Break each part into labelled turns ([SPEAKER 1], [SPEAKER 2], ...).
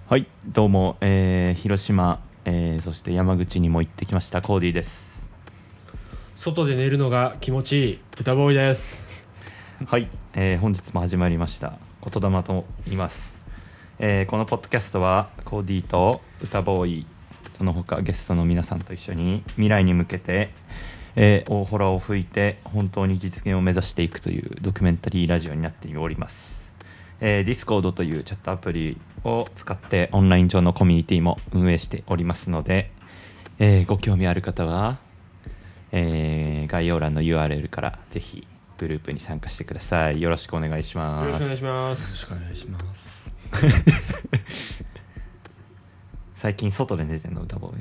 [SPEAKER 1] はい、どうも、広島、そして山口にも行ってきましたコーディーです。
[SPEAKER 2] 外で寝るのが気持ちいい歌ボーイです。
[SPEAKER 1] はい、本日も始まりました言霊と言います。このポッドキャストはコーディーと歌ボーイ、その他ゲストの皆さんと一緒に未来に向けて、大空を吹いて本当に実現を目指していくというドキュメンタリーラジオになっております。Discord というチャットアプリを使ってオンライン上のコミュニティも運営しておりますので、ご興味ある方は、概要欄の URL からぜひグループに参加してください。よろしくお願いします。
[SPEAKER 2] よろしくお願いしま
[SPEAKER 3] よろ
[SPEAKER 2] す。
[SPEAKER 3] しくお願いします。
[SPEAKER 1] 最近外で寝てんの歌ボーイ？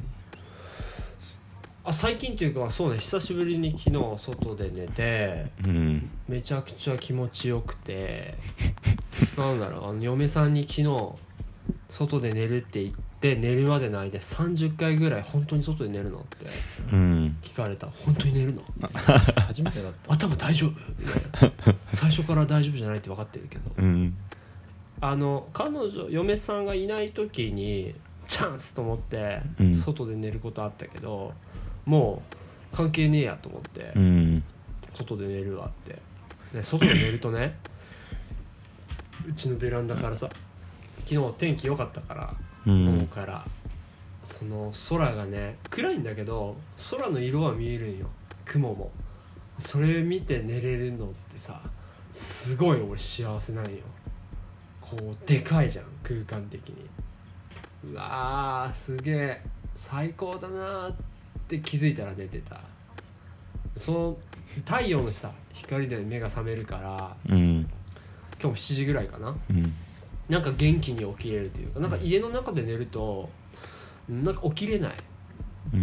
[SPEAKER 2] 最近というかそうね、久しぶりに昨日外で寝て、めちゃくちゃ気持ちよくてなんだろう、嫁さんに昨日外で寝るって言って寝るまでの間30回ぐらい本当に外で寝るのって聞かれた。本当に寝るの
[SPEAKER 3] 初めてだった。
[SPEAKER 2] 頭大丈夫みたいな。最初から大丈夫じゃないって分かってるけど、彼女嫁さんがいない時にチャンスと思って外で寝ることあったけど、もう関係ねえやと思って、外で寝るわって、ね、外で寝るとねうちのベランダからさ、昨日天気良かったから午後からその空がね暗いんだけど空の色は見えるんよ、雲も。それ見て寝れるのってさ、すごい俺幸せなんよ。こうでかいじゃん空間的に。うわーすげえ最高だなって気づいたら寝てた。その太陽のさ光で目が覚めるから、今日も7時ぐらいかな、なんか元気に起きれるというか、なんか家の中で寝るとなんか起きれない、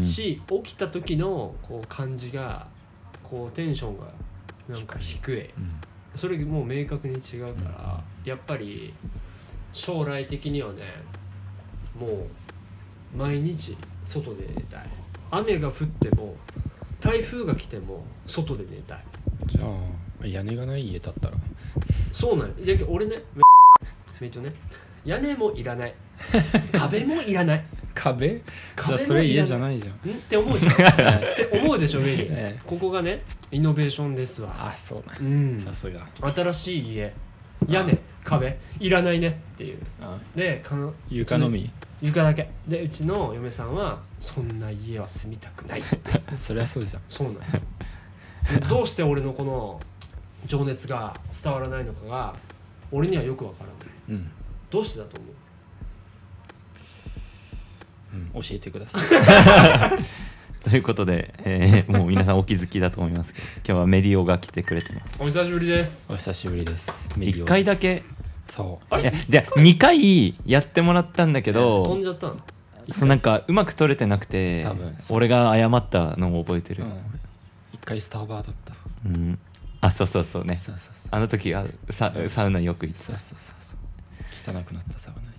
[SPEAKER 2] し起きた時のこう感じがこうテンションがなんか低い、それもう明確に違うから、やっぱり将来的にはねもう毎日外で寝たい。雨が降っても台風が来ても外で寝たい。
[SPEAKER 3] じゃあ屋根がない家建ったら。
[SPEAKER 2] そうなんや。俺ねめっちゃね、屋根もいらない壁もいらない。
[SPEAKER 3] 壁
[SPEAKER 2] 壁もいらない。
[SPEAKER 3] じゃあそれ家じゃないじゃん。
[SPEAKER 2] って思うじゃんって思うでしょ上に、ここがねイノベーションですわ。
[SPEAKER 3] あ、そうね、さすが。
[SPEAKER 2] 新しい家、屋根壁いらないねっていう。で
[SPEAKER 3] 床のみ。
[SPEAKER 2] 床だけで、うちの嫁さんはそんな家は住みたくないって
[SPEAKER 3] そりゃそうじゃん。
[SPEAKER 2] そうなんよ。どうして俺のこの情熱が伝わらないのかが俺にはよくわからない、どうしてだと思う？
[SPEAKER 3] 教えてください。
[SPEAKER 1] ということで、もう皆さんお気づきだと思いますけど、今日はメディオが来てくれてます。
[SPEAKER 2] お久しぶりです。
[SPEAKER 3] お久しぶりです。
[SPEAKER 1] 1回だけ。
[SPEAKER 3] そう
[SPEAKER 1] いやで2回やってもらったんだけど、
[SPEAKER 2] 飛んじゃったの。
[SPEAKER 1] そうなんかうまく撮れてなくて、
[SPEAKER 3] 多分
[SPEAKER 1] 俺が謝ったのを覚えてる。
[SPEAKER 3] 1回スターバーだった。
[SPEAKER 1] そうね。
[SPEAKER 3] そう
[SPEAKER 1] あの時はサウナよく行ってた。
[SPEAKER 3] 汚くなったサウナ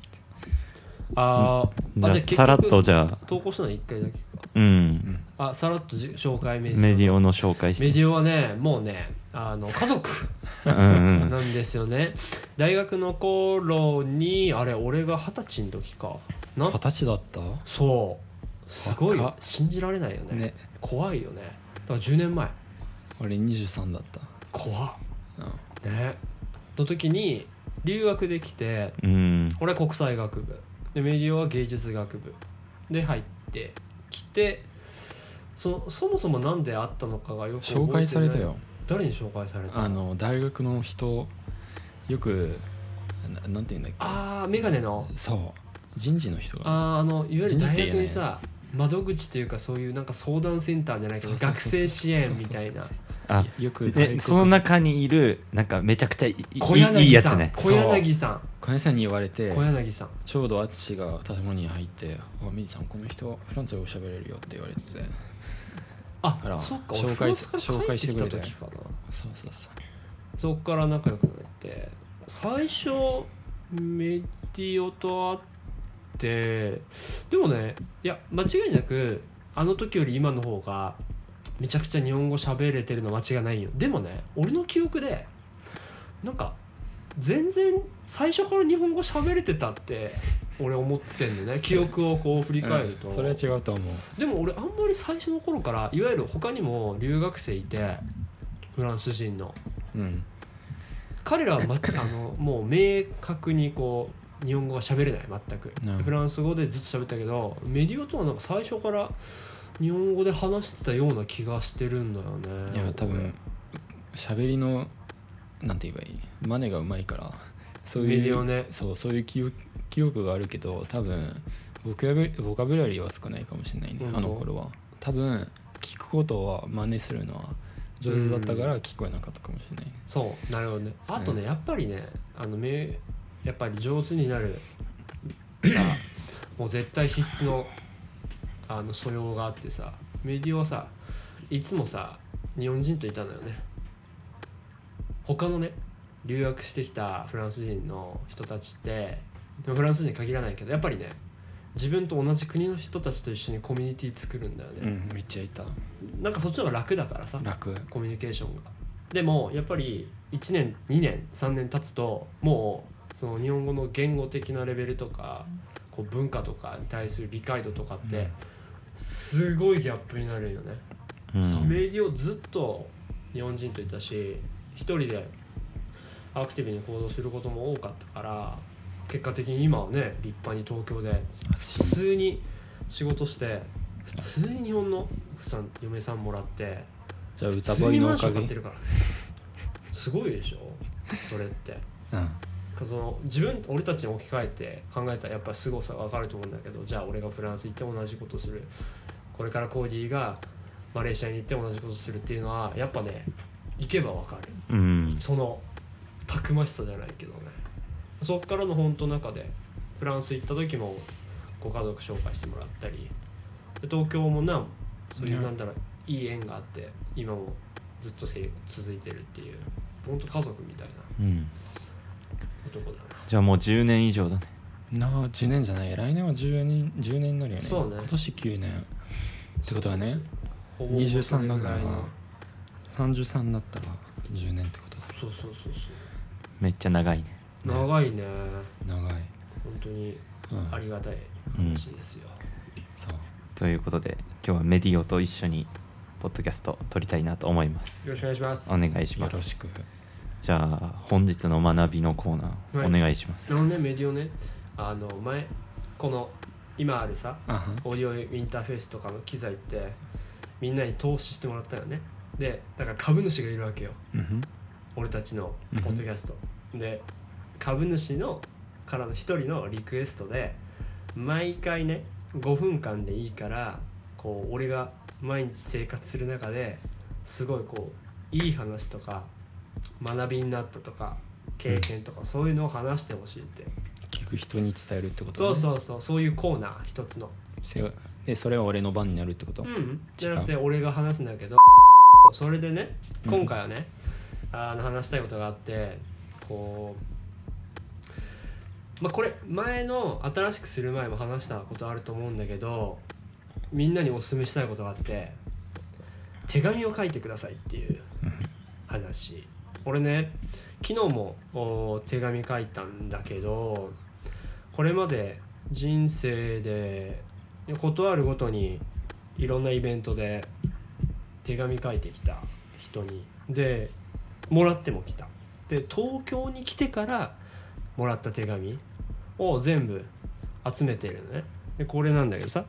[SPEAKER 1] じ
[SPEAKER 3] 行って。
[SPEAKER 1] ゃあさらっとじゃあ
[SPEAKER 2] 投稿したの1回だけか。さらっと紹介メ
[SPEAKER 1] ディオの紹介して。
[SPEAKER 2] メディオはねもうね家族なんですよね。大学の頃にあれ俺が20歳の時かな。
[SPEAKER 3] 20歳だった。
[SPEAKER 2] そうすごいよ、信じられないよ ね。怖いよね。だから10年前
[SPEAKER 3] 俺23だった。
[SPEAKER 2] 怖っ、ねの時に留学できて、俺は国際学部でメディオは芸術学部で入ってきて、そもそもなんであったのかがよく覚えてない。
[SPEAKER 3] 紹介されたよ。
[SPEAKER 2] 誰に紹介されたの？
[SPEAKER 3] 大学の人よくなんていうんだっけ。
[SPEAKER 2] メガネの
[SPEAKER 3] そう人事の人が
[SPEAKER 2] いわゆる大学にさ窓口というかそういうなんか相談センターじゃないけど学生支援みたいな。
[SPEAKER 3] よく
[SPEAKER 1] その中にいるなんかめちゃくちゃいいやつね。
[SPEAKER 2] 小柳さん
[SPEAKER 3] に言われて、
[SPEAKER 2] 小柳さん
[SPEAKER 3] ちょうど淳が建物に入って「ミリさんこの人フランス語喋れるよ」って言われてて、から
[SPEAKER 2] そっか
[SPEAKER 3] 紹介してくれた
[SPEAKER 2] 時かな。
[SPEAKER 3] そう
[SPEAKER 2] そっから仲良くなって、最初メディオと会って、でもねいや間違いなくあの時より今の方がめちゃくちゃ日本語喋れてるの間違いないよ。でもね俺の記憶でなんか全然最初から日本語喋れてたって俺思ってんだよね記憶をこう振り返ると、
[SPEAKER 3] それは違うと思う。
[SPEAKER 2] でも俺あんまり最初の頃からいわゆる他にも留学生いてフランス人の、彼らは、もう明確にこう日本語が喋れない全く、フランス語でずっと喋ったけどメディオとはなんか最初から日本語で話してたような気がしてるんだよね。
[SPEAKER 3] いや多分喋りのなんて言えばいいマネがうまいからそういう
[SPEAKER 2] メディオね、
[SPEAKER 3] そういう記憶があるけど多分ボキャブラリーは少ないかもしれないね、あの頃は。多分聞くことは真似するのは上手だったから聞こえなかったかもしれない、
[SPEAKER 2] そうなるほどね。あとね、やっぱりねやっぱり上手になるさもう絶対必須の素養があってさ、メディオはさいつもさ日本人といたのよね。他のね留学してきたフランス人の人たちってフランス人に限らないけどやっぱりね自分と同じ国の人たちと一緒にコミュニティ作るんだよね、
[SPEAKER 3] めっちゃいた。
[SPEAKER 2] なんかそっちの方が楽だからさ、
[SPEAKER 3] 楽
[SPEAKER 2] コミュニケーションが。でもやっぱり1年2年3年経つともうその日本語の言語的なレベルとかこう文化とかに対する理解度とかってすごいギャップになるよね、メディオずっと日本人といたし一人でアクティブに行動することも多かったから結果的に今はね立派に東京で普通に仕事して普通に日本の奥さん嫁さんもらって
[SPEAKER 3] じゃあ歌ボイのおかげ
[SPEAKER 2] 買ってるからすごいでしょそれって、その俺たちに置き換えて考えたらやっぱ凄さが分かると思うんだけど、じゃあ俺がフランス行って同じことする、これからコーディがマレーシアに行って同じことするっていうのはやっぱね行けば分かる、そのたくましさじゃないけどね。そっからの本当中でフランス行った時もご家族紹介してもらったり、東京もそういうなんだろういい縁があって今もずっと続いてるっていう本当家族みたいな男だな、
[SPEAKER 1] じゃあもう10年以上だね。
[SPEAKER 3] 10年じゃない、来年は10年になるよね。
[SPEAKER 2] そうね、
[SPEAKER 3] 今年9年ってことはね、
[SPEAKER 2] そう
[SPEAKER 3] 23だから33になったら10年ってことだ。
[SPEAKER 2] そう
[SPEAKER 1] めっちゃ長いね。
[SPEAKER 2] 長いね、
[SPEAKER 3] 長い、
[SPEAKER 2] 本当にありがたい話ですよ、
[SPEAKER 3] そう
[SPEAKER 1] ということで今日はメディオと一緒にポッドキャスト撮りたいなと思います。
[SPEAKER 2] よろしくお願いします。
[SPEAKER 1] お願いします。
[SPEAKER 3] よろしく。
[SPEAKER 1] じゃあ本日の学びのコーナー、お願いします。
[SPEAKER 2] メディオね、前この今あるさオーディオインターフェースとかの機材ってみんなに投資してもらったよね。でだから株主がいるわけよ、俺たちのポッドキャスト、で株主のからの一人のリクエストで毎回ね5分間でいいからこう俺が毎日生活する中ですごいこういい話とか学びになったとか経験とかそういうのを話してほしいって
[SPEAKER 3] 聞く人に伝えるってことね。
[SPEAKER 2] そういうコーナー一つの
[SPEAKER 3] それは俺の番になるってこと？
[SPEAKER 2] じゃなくて俺が話すんだけど、それでね今回はね、話したいことがあってこうこれ前の新しくする前も話したことあると思うんだけどみんなにお勧めしたいことがあって手紙を書いてくださいっていう話。俺ね昨日も手紙書いたんだけどこれまで人生でことあるごとにいろんなイベントで手紙書いてきた人にでもらってもきた。で東京に来てからもらった手紙を全部集めてるのね。でこれなんだけどさ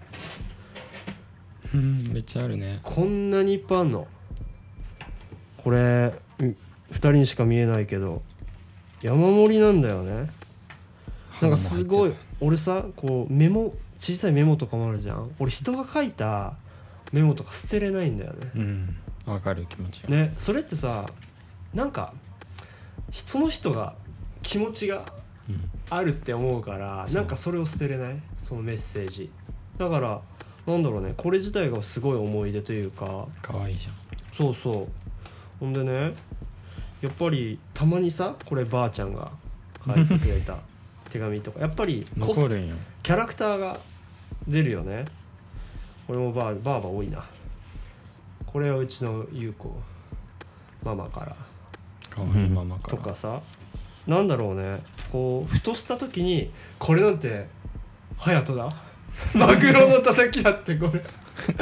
[SPEAKER 3] めっちゃあるね。
[SPEAKER 2] こんなにいっぱいあるの。これ2人にしか見えないけど山盛りなんだよね。なんかすごい俺さこう小さいメモとかもあるじゃん。俺人が書いたメモとか捨てれないんだよね。
[SPEAKER 3] わかる気持ちが
[SPEAKER 2] ね。それってさなんかその人が気持ちがあるって思うから、なんかそれを捨てれない、そのメッセージだからなんだろうね、これ自体がすごい思い出というか。
[SPEAKER 3] かわいいじゃん。
[SPEAKER 2] そうほんでねやっぱりたまにさこればあちゃんが書いてくれた手紙とかやっぱり
[SPEAKER 3] 残るんよ。
[SPEAKER 2] キャラクターが出るよね。これもばあば多いな。これはうちの優子ママから
[SPEAKER 3] かわいいママから
[SPEAKER 2] とかさ、なんだろうねこうふとした時にこれなんて隼人だマグロのたたきだってこれ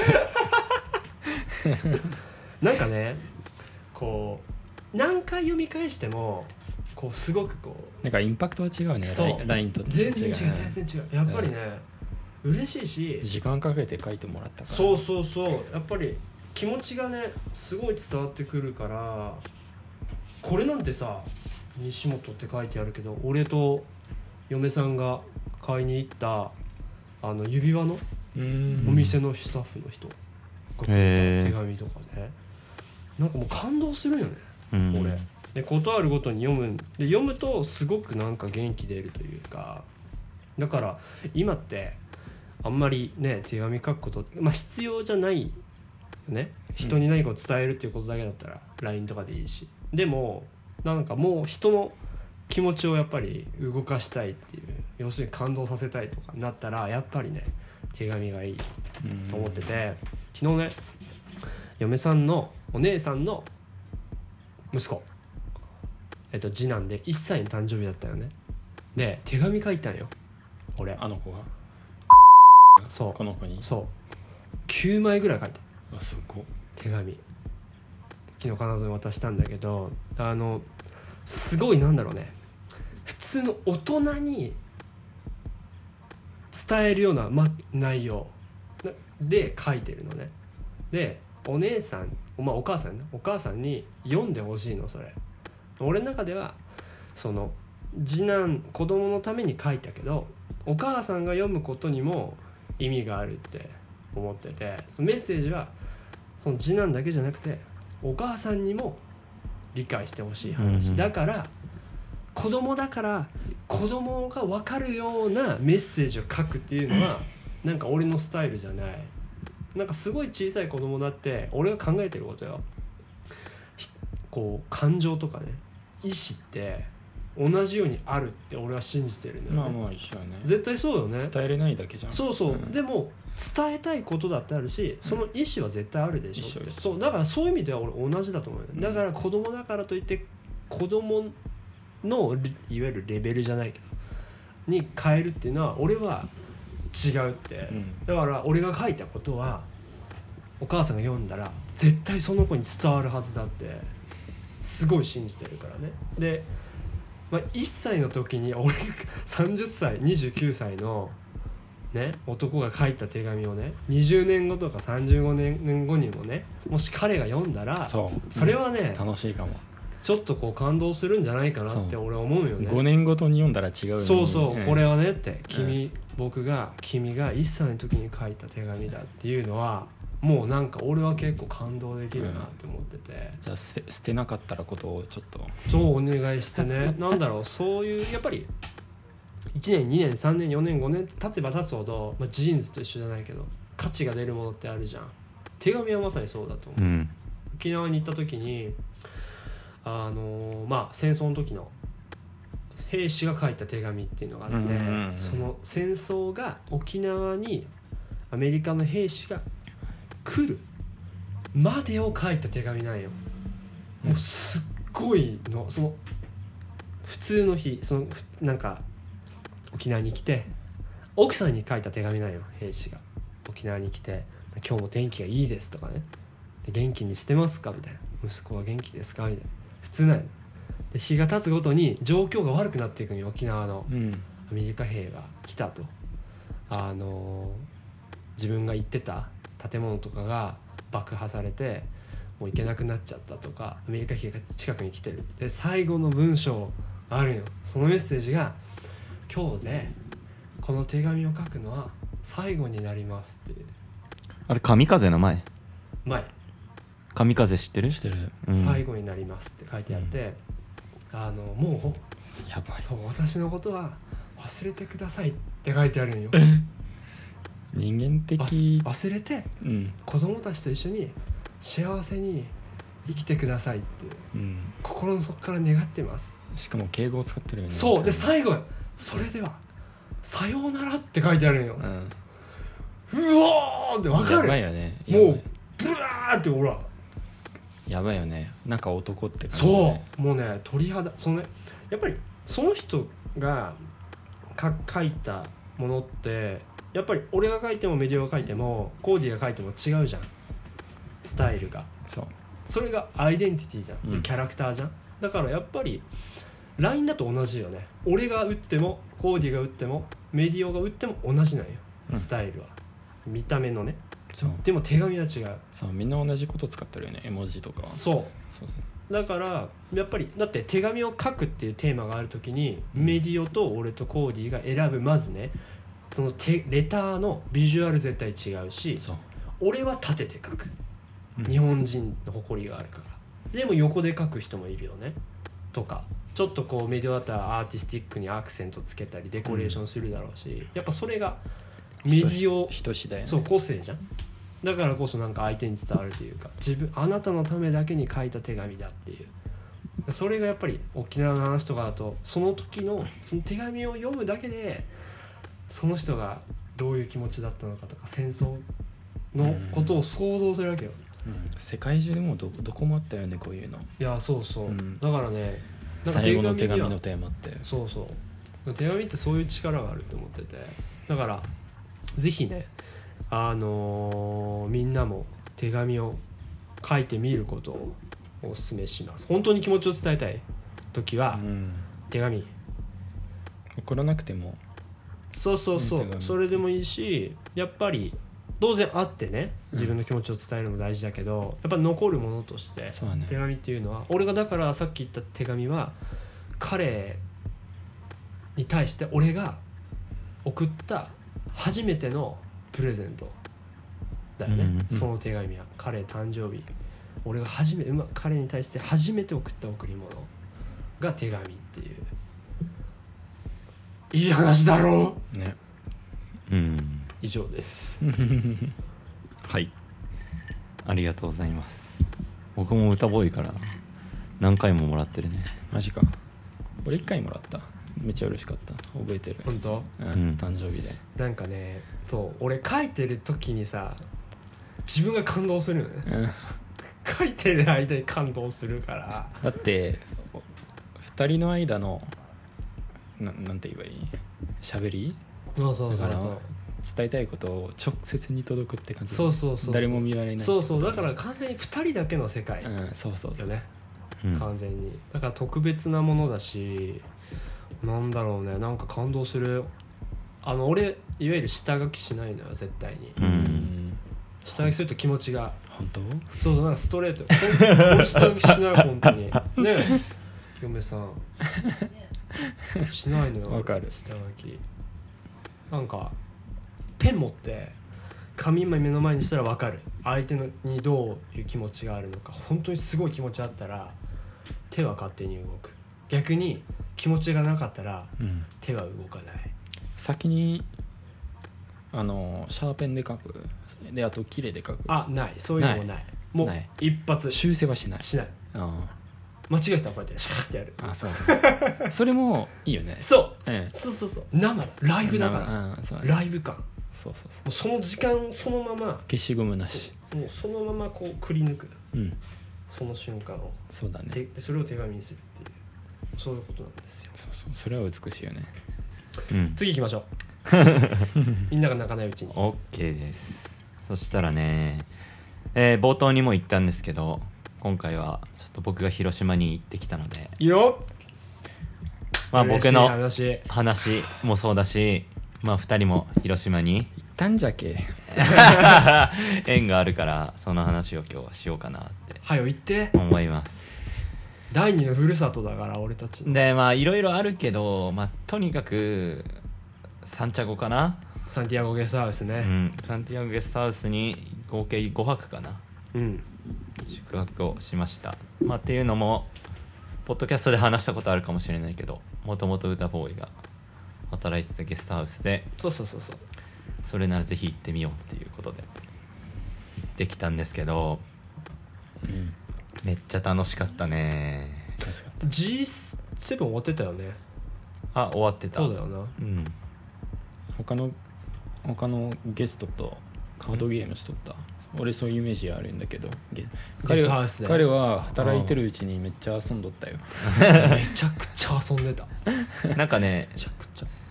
[SPEAKER 2] なんかねこう何回読み返してもこうすごくこう
[SPEAKER 3] なんかインパクトは違うね。ラインと
[SPEAKER 2] 全然違う全然違うやっぱりね、嬉しいし
[SPEAKER 3] 時間かけて書いてもらったから、
[SPEAKER 2] そうそうそうやっぱり気持ちがねすごい伝わってくるから。これなんてさ西本って書いてあるけど俺と嫁さんが買いに行った指輪のお店のスタッフの人がくれた手紙とかねなんかもう感動するよね、俺でことあるごとに読むとすごくなんか元気出るというかだから今ってあんまりね手紙書くこと必要じゃないよね人に何かを伝えるっていうことだけだったら LINE とかでいいしでもなんかもう人の気持ちをやっぱり動かしたいっていう要するに感動させたいとかなったらやっぱりね手紙がいいと思ってて昨日ね嫁さんのお姉さんの息子次男で1歳の誕生日だったよねで手紙書いたんよ俺
[SPEAKER 3] あの子が
[SPEAKER 2] そう
[SPEAKER 3] この子に
[SPEAKER 2] そう9枚ぐらい書いた
[SPEAKER 3] すごい
[SPEAKER 2] 手紙昨日彼女に渡したんだけどすごいなんだろうね普通の大人に伝えるような、内容で書いてるのねでお姉さん、お母さんねお母さんに読んでほしいのそれ俺の中ではその次男子供のために書いたけどお母さんが読むことにも意味があるって思っててメッセージはその次男だけじゃなくてお母さんにも理解してほしい話、だから子供だから子供が分かるようなメッセージを書くっていうのはなんか俺のスタイルじゃないなんかすごい小さい子供だって俺が考えてることよこう感情とかね意志って同じようにあるって俺は信じてるんだよね
[SPEAKER 3] まあ一緒よね
[SPEAKER 2] 絶対そうよね
[SPEAKER 3] 伝えれないだけじゃん
[SPEAKER 2] そうそう、でも伝えたいことだってあるしその意思は絶対あるでしょって、そうだからそういう意味では俺同じだと思うよ、だから子供だからといって子供のいわゆるレベルじゃないけどに変えるっていうのは俺は違うって、だから俺が書いたことはお母さんが読んだら絶対その子に伝わるはずだってすごい信じてるからねで、1歳の時に俺が30歳29歳のね、男が書いた手紙をね20年後とか35年後にもねもし彼が読んだら それはね、
[SPEAKER 3] 楽しいかも
[SPEAKER 2] ちょっとこう感動するんじゃないかなって俺は思うよね
[SPEAKER 3] 5年ごとに読んだら違うよね
[SPEAKER 2] そうそう、これはねって君が1歳の時に書いた手紙だっていうのはもうなんか俺は結構感動できるなって思ってて、
[SPEAKER 3] じゃあ捨てなかったらことをちょっと
[SPEAKER 2] そうお願いしてねなんだろうそういうやっぱり1年2年3年4年5年経てば経つほど、ジーンズと一緒じゃないけど価値が出るものってあるじゃん手紙はまさにそうだと思う、沖縄に行った時に戦争の時の兵士が書いた手紙っていうのがあって、その戦争が沖縄にアメリカの兵士が来るまでを書いた手紙なんよ、もうすっごいのその普通の日なんか沖縄に来て奥さんに書いた手紙なんよ兵士が沖縄に来て今日も天気がいいですとかねで元気にしてますかみたいな息子は元気ですかみたいな普通なんよで日が経つごとに状況が悪くなっていくんよ沖縄の、アメリカ兵が来たと自分が行ってた建物とかが爆破されてもう行けなくなっちゃったとかアメリカ兵が近くに来てるで最後の文章があるよそのメッセージが今日でこの手紙を書くのは最後になりますっていう
[SPEAKER 1] あれ神風の前神風知ってる、
[SPEAKER 2] 最後になりますって書いてあって、もう
[SPEAKER 3] やばい
[SPEAKER 2] そう私のことは忘れてくださいって書いてあるんよ
[SPEAKER 3] 人間的
[SPEAKER 2] 忘れて、子供たちと一緒に幸せに生きてくださいって、心の底から願ってます。
[SPEAKER 3] しかも敬語を使ってるよね。
[SPEAKER 2] そうで最後それではさようならって書いてあるんよ、うわーって分かる
[SPEAKER 3] やばいよね
[SPEAKER 2] もうブワーってほら
[SPEAKER 3] やばいよねなんか男って感じ、
[SPEAKER 2] ね、そうもうね鳥肌やっぱりその人が書いたものってやっぱり俺が書いてもメディオが書いてもコーディが書いても違うじゃん、スタイルが。それがアイデンティティじゃん、でキャラクターじゃん。だからやっぱり LINE だと同じよね。俺が打ってもコーディが打ってもメディオが打っても同じなんよ、スタイルは、見た目のね。でも手紙は違う。
[SPEAKER 3] そうみんな同じこと使ってるよね、絵文字とか。
[SPEAKER 2] そうだからやっぱりだって手紙を書くっていうテーマがあるときに、メディオと俺とコーディが選ぶまずねそのレターのビジュアル絶対違うし、俺は縦で書く、日本人の誇りがあるから。でも横で書く人もいるよねとか、ちょっとこうメディオだったらアーティスティックにアクセントつけたりデコレーションするだろうし、やっぱそれがメディオ
[SPEAKER 3] 人次第ね。
[SPEAKER 2] そう個性じゃん。だからこそなんか相手に伝わるというか、あなたのためだけに書いた手紙だっていう、それがやっぱり沖縄の話とかだとその時のその手紙を読むだけでその人がどういう気持ちだったのかとか戦争のことを想像するわけよ、
[SPEAKER 3] 世界中でもどこもあったよねこういうの。
[SPEAKER 2] いやそうそう、だからね
[SPEAKER 3] なんか最後の手紙のテーマって
[SPEAKER 2] そう手紙ってそういう力があると思ってて、だからぜひねみんなも手紙を書いてみることをお勧めします。本当に気持ちを伝えたい時は、手紙
[SPEAKER 3] 送らなくても
[SPEAKER 2] そうそれでもいいし、やっぱり当然会ってね自分の気持ちを伝えるのも大事だけど、やっぱ残るものとして、手紙っていうのは俺がだからさっき言った手紙は彼に対して俺が送った初めてのプレゼントだよね、その手紙は。彼誕生日俺が彼に対して初めて送った贈り物が手紙っていう、いい話だろうね。以上です
[SPEAKER 1] はいありがとうございます。僕も歌ボーイから何回ももらってるね。
[SPEAKER 3] マジか。俺1回もらった。めっちゃ嬉しかった。覚えてる。
[SPEAKER 2] 本当？
[SPEAKER 3] 誕生日で。
[SPEAKER 2] なんかね、そう俺書いてる時にさ自分が感動するよね、書いてる間に感動するから。
[SPEAKER 3] だって2人の間のなんて言えばいい喋り、
[SPEAKER 2] そう
[SPEAKER 3] 伝えたいことを直接に届くって感じ。
[SPEAKER 2] そう
[SPEAKER 3] 誰も見られない。
[SPEAKER 2] そうだから完全に2人だけの世界よね、完全に。だから特別なものだし、なんだろうね、なんか感動する。俺いわゆる下書きしないのよ絶対に。下書きすると気持ちが
[SPEAKER 3] 本当？
[SPEAKER 2] そうなんかストレート下書きしない本当にねえ嫁さんしないのよ。
[SPEAKER 3] わかる。
[SPEAKER 2] 下書きなんかペン持って紙目の前にしたら分かる、相手にどういう気持ちがあるのか。本当にすごい気持ちあったら手は勝手に動く、逆に気持ちがなかったら手は動かない。
[SPEAKER 3] 先にシャーペンで書くで、あとキレで書く。
[SPEAKER 2] ないそういうのもない。もう一発
[SPEAKER 3] 修正はしない。
[SPEAKER 2] 間違えたらこうやってシャーってやる。
[SPEAKER 3] そうそれもいいよね。
[SPEAKER 2] そう生だ、ライブだから、ライブ感。
[SPEAKER 3] そう
[SPEAKER 2] もうその時間そのまま
[SPEAKER 3] 消しゴムなし、
[SPEAKER 2] もうそのままこうくり抜く、その瞬間を。
[SPEAKER 3] そうだね。
[SPEAKER 2] それを手紙にするっていう、そういうことなんですよ。
[SPEAKER 3] それは美しいよね。
[SPEAKER 2] 次行きましょうみんなが泣かないうちに。
[SPEAKER 1] OK です。そしたらね、冒頭にも言ったんですけど、今回はちょっと僕が広島に行ってきたので、僕の話もそうだし、2人も広島に
[SPEAKER 3] 行ったんじゃけ
[SPEAKER 1] 縁があるから、その話を今日はしようかなって
[SPEAKER 2] 早言って
[SPEAKER 1] 思います。
[SPEAKER 2] 第二のふるさとだから俺たち
[SPEAKER 1] で。いろいろあるけど、とにかくサンチャゴかな、
[SPEAKER 2] サンティアゴゲストハウスね。
[SPEAKER 1] サンティアゴゲストハウスに合計5泊かな、宿泊をしました。っていうのもポッドキャストで話したことあるかもしれないけど、もともと歌ボーイが働いてたゲストハウスで、それならぜひ行ってみようっていうことで行ってきたんですけど、めっちゃ楽しかったね。
[SPEAKER 2] 楽しかった。 G7 終わってたよね。
[SPEAKER 1] 終わってた。
[SPEAKER 2] そうだよな。
[SPEAKER 3] 他のゲストとカードゲームしとった。俺そういうイメージあるんだけど、彼は働いてるうちにめっちゃ遊んどったよ
[SPEAKER 2] めちゃくちゃ遊んでた。
[SPEAKER 1] なんかね、
[SPEAKER 2] めちゃくちゃ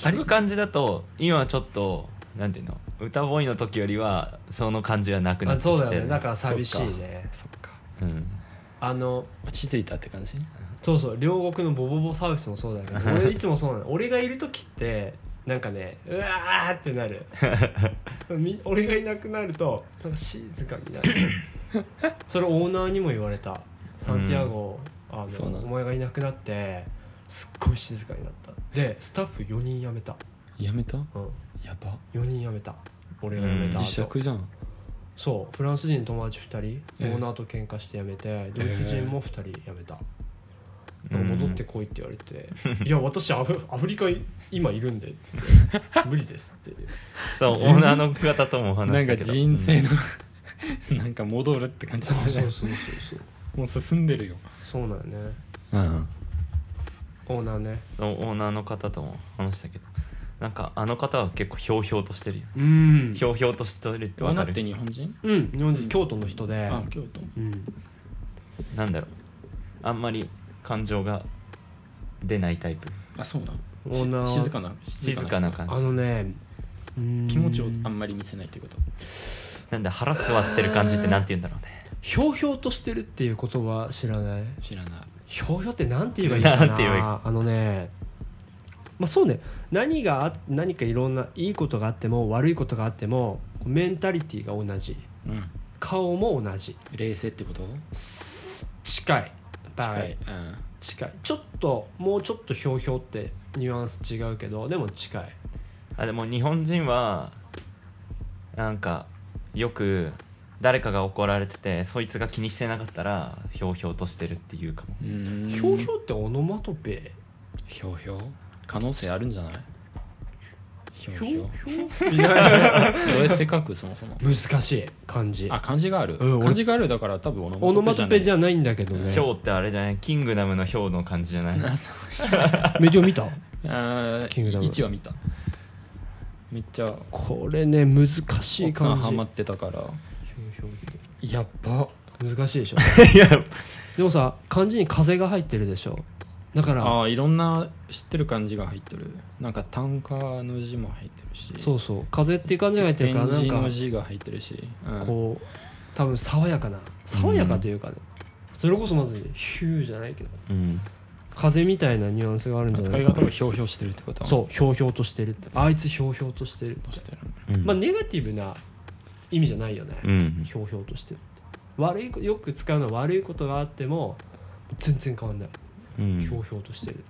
[SPEAKER 1] 聞く感じだと今はちょっとなんていうの、歌ボーイの時よりはその感じはなくなってきてる。
[SPEAKER 2] そうだよね、だから寂しいね。
[SPEAKER 3] そっか、
[SPEAKER 1] うん、
[SPEAKER 3] 落ち着いたって感じ。
[SPEAKER 2] そうそう、両国のボボボサウスもそうだけど俺いつもそうなの。俺がいる時ってなんかね、うわーってなる俺がいなくなるとなんか静かになるそれオーナーにも言われた。サンティアゴ、お前がいなくなってすっごい静かになった。でスタッフ4人辞めた。
[SPEAKER 3] 辞めた、
[SPEAKER 2] うん、
[SPEAKER 3] やば。
[SPEAKER 2] 4人辞めた。俺が辞めた後、
[SPEAKER 3] 自粛じゃん。
[SPEAKER 2] そうフランス人の友達2人、オーナーと喧嘩して辞めて、ドイツ人も2人辞めた。なんか戻ってこいって言われて、いや私アフリカ今いるんでって無理ですって
[SPEAKER 1] そうオーナーの方ともお話したけど、
[SPEAKER 3] なんか人生のなんか戻るって感じだね。
[SPEAKER 2] そう
[SPEAKER 3] もう進んでるよ。
[SPEAKER 2] そうなんよね。
[SPEAKER 3] うん、
[SPEAKER 2] オーナーね。
[SPEAKER 1] そうオーナーの方とも話したけど、なんかあの方は結構ひょうひょうとしてるよ。ひょうひょうとしてるってわかる？
[SPEAKER 3] って日本人？
[SPEAKER 2] 日本人、京都の人で。
[SPEAKER 3] 京都。
[SPEAKER 1] なんだろう、あんまり感情が出ないタイプ。
[SPEAKER 3] そうな
[SPEAKER 2] オーナー
[SPEAKER 1] 静かな感じ。
[SPEAKER 3] 気持ちをあんまり見せないってこと。
[SPEAKER 1] なんだ腹座ってる感じってなんて言うんだろうね。
[SPEAKER 2] ひょうひょうとしてるっていう言葉知らない？
[SPEAKER 3] 知らない。
[SPEAKER 2] ひょうひょうってなんて言えばいいかな。
[SPEAKER 1] なんて言えばいい？
[SPEAKER 2] まあそうね、何かいろんないいことがあっても悪いことがあってもメンタリティが同じ、顔も同じ。
[SPEAKER 3] 冷静ってこと？
[SPEAKER 2] 近い、
[SPEAKER 3] 近い、
[SPEAKER 2] ちょっともうちょっとひょうひょうってニュアンス違うけどでも近い。
[SPEAKER 1] でも日本人はなんかよく誰かが怒られててそいつが気にしてなかったらひょうひょうとしてるっていうかも。
[SPEAKER 2] ひょうひょうってオノマトペ？
[SPEAKER 3] ひょうひょう可能性あるんじゃない？ひょうひょう
[SPEAKER 2] どうや
[SPEAKER 3] って書く？そもそも
[SPEAKER 2] 難しい漢字。
[SPEAKER 3] 漢字がある、漢字がある。だから多分
[SPEAKER 2] オノマトペじゃないんだけどね。
[SPEAKER 1] ひょうってあれじゃない？キングダムのひょうの感じじゃない？
[SPEAKER 2] メディオ見た？
[SPEAKER 3] キングダム1話見た。めっちゃ
[SPEAKER 2] これね難しい漢字。
[SPEAKER 3] ハマってたから。やっば
[SPEAKER 2] 難しいでしょでもさ漢字に風が入ってるでしょ。だから
[SPEAKER 3] いろんな知ってる漢字が入ってる。なんか単価の字も入ってるし、
[SPEAKER 2] そう風っていう漢字が入ってるからなんか
[SPEAKER 3] の字が入ってるし、
[SPEAKER 2] こう多分爽やかというかね、それこそまずヒューじゃないけど、風みたいなニュアンスがあるんじゃないか。
[SPEAKER 3] 使い方がひょうひょうしてるってことは。
[SPEAKER 2] そうひょうひょうとしてるって、あいつひょうひょうとしてるって、まあネガティブな意味じゃないよね、ひょうひょうとしてる。よく使うのは悪いことがあっても全然変わんない、ひょうひょうとしてる。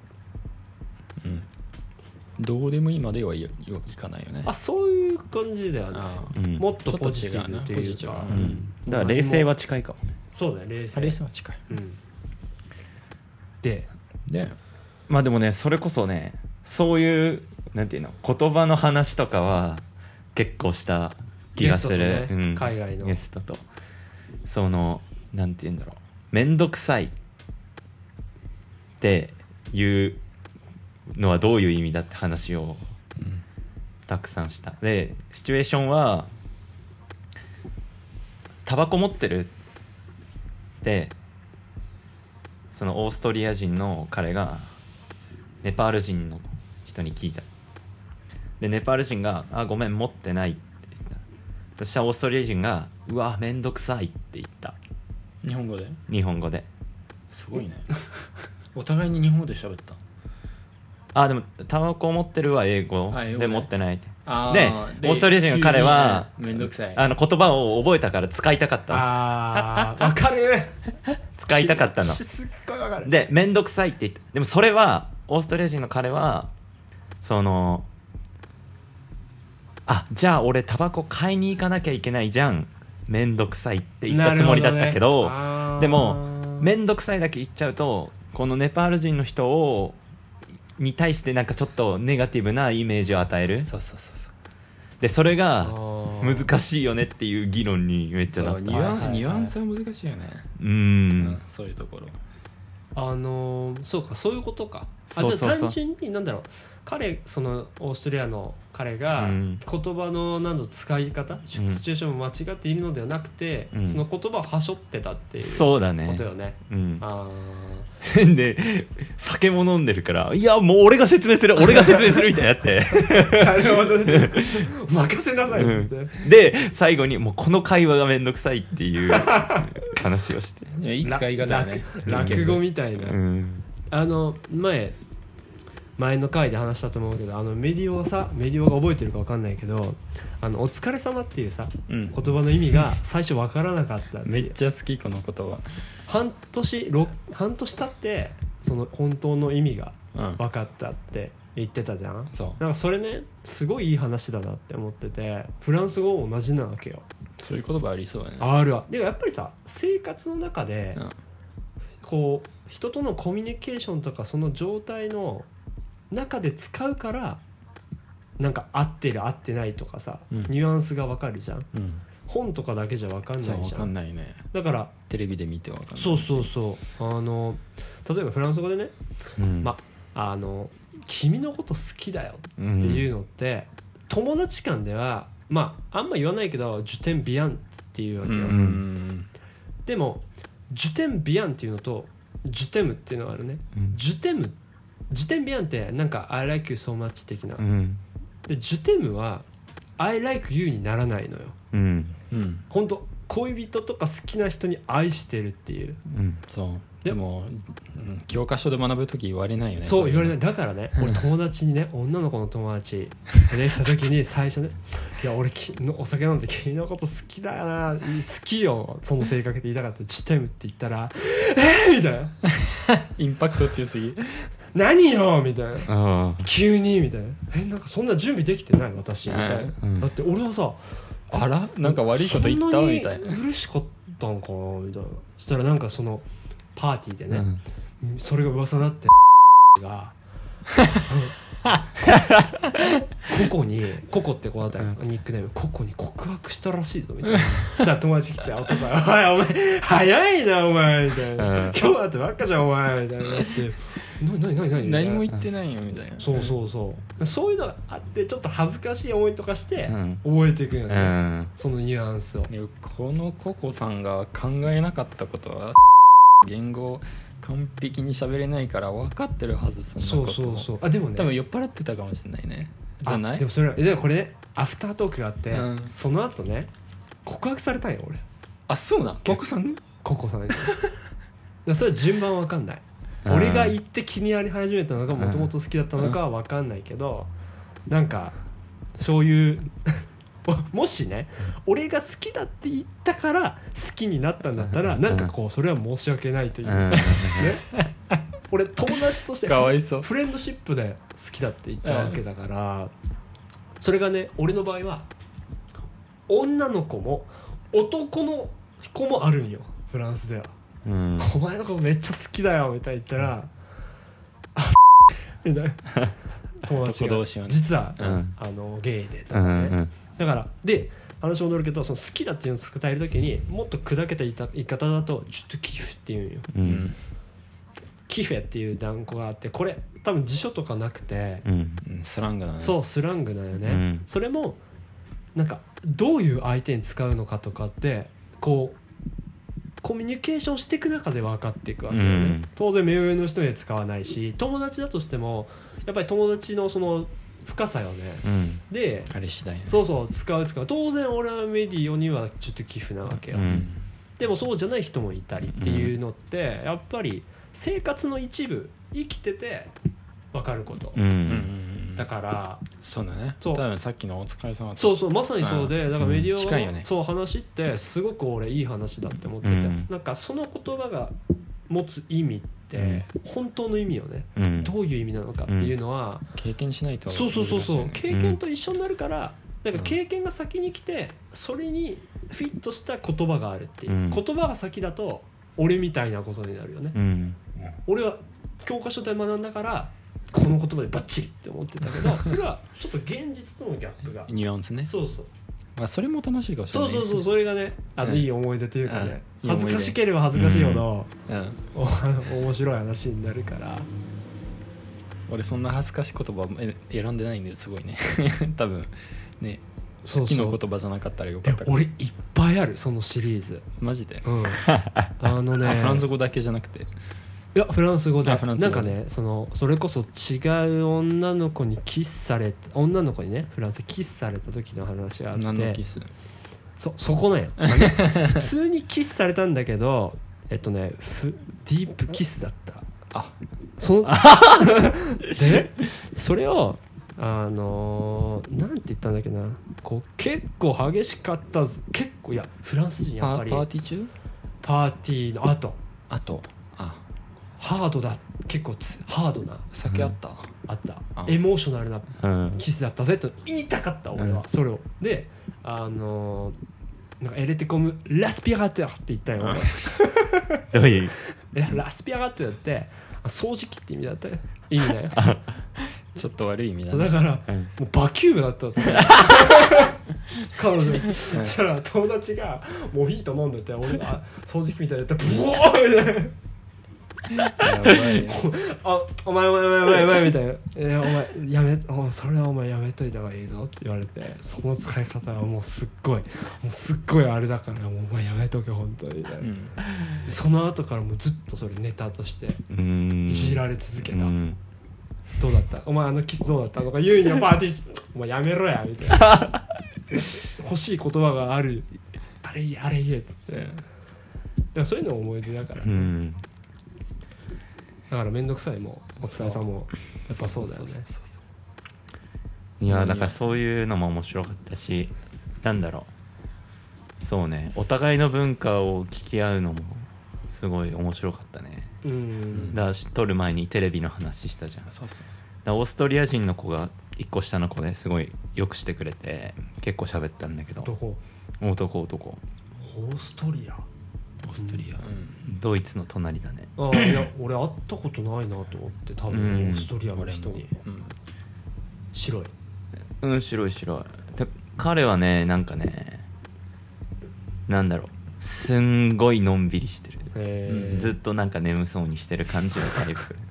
[SPEAKER 3] どうでもいいまではいかないよね。
[SPEAKER 2] そういう感じだよね、もっとポジティブというか、
[SPEAKER 1] だから冷静は近いかもね。
[SPEAKER 2] そうだね、冷静
[SPEAKER 3] は近い、
[SPEAKER 2] で
[SPEAKER 1] まあでもねそれこそねそういうなんていうの言葉の話とかは結構した気がする。
[SPEAKER 2] 海外の
[SPEAKER 1] ゲストとそのなんていうんだろう、めんどくさいっていうのはどういう意味だって話をたくさんした。でシチュエーションはタバコ持ってるってそのオーストリア人の彼がネパール人の人に聞いた。でネパール人がごめん持ってないって言った。そしたらオーストリア人がうわめんどくさいって言った。
[SPEAKER 3] 日本語で？
[SPEAKER 1] 日本語で。
[SPEAKER 3] すごいねお互いに日本語で喋った。
[SPEAKER 1] でもタバコ持ってるは英語で持ってないって。でオーストリア人の彼は
[SPEAKER 3] めんどくさい
[SPEAKER 1] 言葉を覚えたから使いたかった。
[SPEAKER 2] わかる
[SPEAKER 1] 使いたかったの。
[SPEAKER 2] すっごいわかる。
[SPEAKER 1] でめんどくさいって言った。でもそれはオーストリア人の彼はそのじゃあ俺タバコ買いに行かなきゃいけないじゃん、めんどくさいって言ったつもりだったけど、でもめんどくさいだけ言っちゃうとこのネパール人の人に対してなんかちょっとネガティブなイメージを与える。でそれが難しいよねっていう議論にめっちゃなった。
[SPEAKER 3] ニュアンスは難しいよね。そういうところ。
[SPEAKER 2] そうかそういうことか。 じゃあ単純になんだろう、そのオーストリアの彼が言葉の使い方、シチュエーションも間違っているのではなくて、その言葉をはしょってたっていうことよね。
[SPEAKER 1] で酒も飲んでるから、いやもう俺が説明するみたいになって
[SPEAKER 2] なるほどね任せなさいって、
[SPEAKER 1] で最後にもうこの会話がめんどくさいっていう話をして
[SPEAKER 3] いい使い方だね。
[SPEAKER 2] 落語みたいな、前の回で話したと思うけど、メディオが覚えてるか分かんないけど、お疲れ様っていうさ、言葉の意味が最初分からなかったっていう。
[SPEAKER 3] めっちゃ好きこの言葉。
[SPEAKER 2] 半年経ってその本当の意味が分かったって言ってたじゃん。なんかそれねすごいいい話だなって思ってて、フランス語も同じなわけよ。
[SPEAKER 3] そういう言葉ありそうだね。
[SPEAKER 2] あるわ。でやっぱりさ、生活の中で、こう人とのコミュニケーションとかその状態の中で使うから、なんか合ってる合ってないとかさ、ニュアンスが分かるじゃん。本とかだけじゃ分かんないじゃん。
[SPEAKER 3] 分かんないね。だ
[SPEAKER 2] から
[SPEAKER 3] テレビで見て分かんない。
[SPEAKER 2] そう例えばフランス語でね、君のこと好きだよっていうのって、友達間ではあんま言わないけどジュテンビアンっていうわけよ。でもジュテンビアンっていうのとジュテムっていうのがあるね。ジュテンビアンってなんか I like you so much 的な、でジュテムは I like you にならないのよ。本当恋人とか好きな人に愛してるっていう、
[SPEAKER 3] そうでも、教科書で学ぶとき言われないよね。
[SPEAKER 2] そう言われない。だからね俺友達にね女の子の友達ができた時に最初ねいや俺お酒飲んで君のこと好きだよな、好きよその性格って言いたかった。ジュテムって言ったらみたいな
[SPEAKER 3] インパクト強すぎ
[SPEAKER 2] 何よみたいな、急にみたいな、なんかそんな準備できてない私みたいな、だって俺はさ
[SPEAKER 3] なんか悪いこと言ったみたいな、
[SPEAKER 2] 嬉しかったんかなみたいな。そしたらなんかそのパーティーでね、それが噂になってがココってこうなったニックネーム、ココに告白したらしいぞみたいな。そしたら友達来て男がお前早いなお前みたいな、今日だってばっかじゃんお前みたいなって
[SPEAKER 3] 何も言ってないよみたいな。
[SPEAKER 2] そういうのがあって、ちょっと恥ずかしい思いとかして覚えていくよね、そのニュアンスを。
[SPEAKER 3] このココさんが考えなかったことは言語完璧に喋れないから分かってるはず。そんなこと
[SPEAKER 2] そうでもね
[SPEAKER 3] 多分酔っ払ってたかもしれないね。じゃない？
[SPEAKER 2] でもこれねアフタートークがあって、その後ね告白されたんよ俺。
[SPEAKER 3] そうなん？ココさんに
[SPEAKER 2] それは順番分かんない。俺が言って気になり始めたのかもともと好きだったのかは分かんないけど、なんかそういうもしね俺が好きだって言ったから好きになったんだったら、なんかこうそれは申し訳ないという、ね、俺友達として
[SPEAKER 3] かわいそう
[SPEAKER 2] フレンドシップで好きだって言ったわけだから、それがね俺の場合は女の子も男の子もあるんよフランスでは。お前の子めっちゃ好きだよみたいに言ったらみたいな友達が実は、ゲイでとかね、だからで話戻るけど、その好きだっていうのを伝えるときにもっと砕けた言い方だとジュトキフっていうんよ、キフェっていう単語があって、これ多分辞書とかなくて、
[SPEAKER 3] スラングだね。
[SPEAKER 2] そうスラングだよね、それもなんかどういう相手に使うのかとかってこうコミュニケーションしていく中で分かっていくわけよね、当然目上の人には使わないし、友達だとしてもやっぱり友達のその深さよね、で
[SPEAKER 3] あれ次第ね。
[SPEAKER 2] 使う当然俺はメディオにはちょっと寄付なわけよ、でもそうじゃない人もいたりっていうのって、やっぱり生活の一部生きてて分かること、だから
[SPEAKER 3] そうだね。多分さっきのお疲れ様
[SPEAKER 2] そうまさにそうで、だからメディオ
[SPEAKER 3] 近いよね。
[SPEAKER 2] そう話ってすごく俺いい話だって思ってて、なんかその言葉が持つ意味って本当の意味よね、どういう意味なのかっていうのは、
[SPEAKER 3] 経験しないと。
[SPEAKER 2] そう経験と一緒になるから、なんか経験が先に来てそれにフィットした言葉があるっていう、言葉が先だと俺みたいなことになるよね、俺は教科書で学んだからこの言葉でバッチリって思ってたけど、それはちょっと現実とのギャップが
[SPEAKER 3] ニュアンスね。
[SPEAKER 2] そう
[SPEAKER 3] それも楽しいかもしれない。
[SPEAKER 2] それがねいい思い出というかね、恥ずかしければ恥ずかしいほど、面白い話になるから、
[SPEAKER 3] 俺そんな恥ずかしい言葉選んでないんですごいね多分ね
[SPEAKER 2] そうそう
[SPEAKER 3] 好きな言葉じゃなかったらよかった
[SPEAKER 2] 俺いっぱいあるそのシリーズ。
[SPEAKER 3] マジで
[SPEAKER 2] あのね
[SPEAKER 3] フランス語だけじゃなくて
[SPEAKER 2] いやフランス語で
[SPEAKER 3] フランス語
[SPEAKER 2] なんかねそれこそ違う女の子にキスされた女の子にねフランスでキスされた時の話があって
[SPEAKER 3] 何のキス
[SPEAKER 2] そこなんや普通にキスされたんだけどディープキスだった
[SPEAKER 3] あ
[SPEAKER 2] でそれをなんて言ったんだっけなこう結構激しかった結構いやフランス人やっぱり
[SPEAKER 3] パーティー中
[SPEAKER 2] パーティーの後ハードだ結構ハードな
[SPEAKER 3] 酒あった、
[SPEAKER 2] あったエモーショナルなキスだったぜと言いたかった俺はそれをでなんかエレテコムラスピアラトゥって言ったよ
[SPEAKER 1] どういう
[SPEAKER 2] ラスピアラトゥって掃除機って意味だったよ意味だよ
[SPEAKER 3] ちょっと悪い意味だ
[SPEAKER 2] そうだから、もうバキュームだったって彼女そしたら友達がモヒート飲んでて俺が掃除機みたいにやってブワーみたいなお前みたいなお前やめそれはお前やめといた方がいいぞって言われてその使い方はもうすっごいあれだからもうお前やめとけ本当にみたいな、その後からもうずっとそれネタとしていじられ続けた。どうだったお前キスどうだったとか言うんやパーティーお前やめろやみたいな欲しい言葉があるあれ言えってだからそういうのも思い出だからね、だからめんどくさいもお疲れさんもやっぱそうだよね。
[SPEAKER 1] いやだからそういうのも面白かったしなんだろうそうねお互いの文化を聞き合うのもすごい面白かったね。だから撮る前にテレビの話したじゃん。だからオーストリア人の子が1個下の子ですごいよくしてくれて結構喋ったんだけど男
[SPEAKER 2] オーストリア、
[SPEAKER 1] ドイツの隣だね。
[SPEAKER 2] いや俺会ったことないなと思って多分オーストリアの人に、白い
[SPEAKER 1] 白いで彼はねなんかねなんだろうすんごいのんびりしてる。ずっとなんか眠そうにしてる感じのタイプ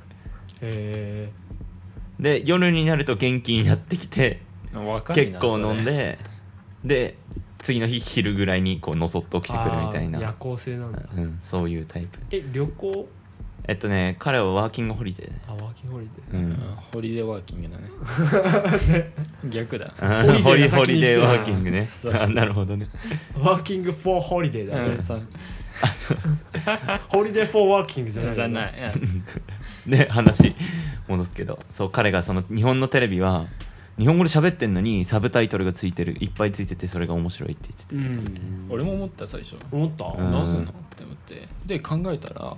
[SPEAKER 1] で夜になると元気になってきて結構飲んで次の日昼ぐらいにこうのそっと起きてくるみたいな
[SPEAKER 2] 夜行性なんだ、
[SPEAKER 1] そういうタイプ。
[SPEAKER 2] 旅行
[SPEAKER 1] 彼はワーキングホリデー。
[SPEAKER 2] ワーキングホリデー、
[SPEAKER 3] ホリデーワーキングだね逆だ
[SPEAKER 1] ホリデーワーキングねなるほどね
[SPEAKER 2] ワーキングフォーホリデーだね、
[SPEAKER 1] そう
[SPEAKER 2] ホリデーフォーワーキングじゃない
[SPEAKER 1] で話戻すけどそう彼がその日本のテレビは日本語で喋ってんのにサブタイトルがついてるいっぱいついててそれが面白いって言ってて、
[SPEAKER 3] 俺も思った最初
[SPEAKER 2] 思った、
[SPEAKER 3] どうすんのって思ってで考えたら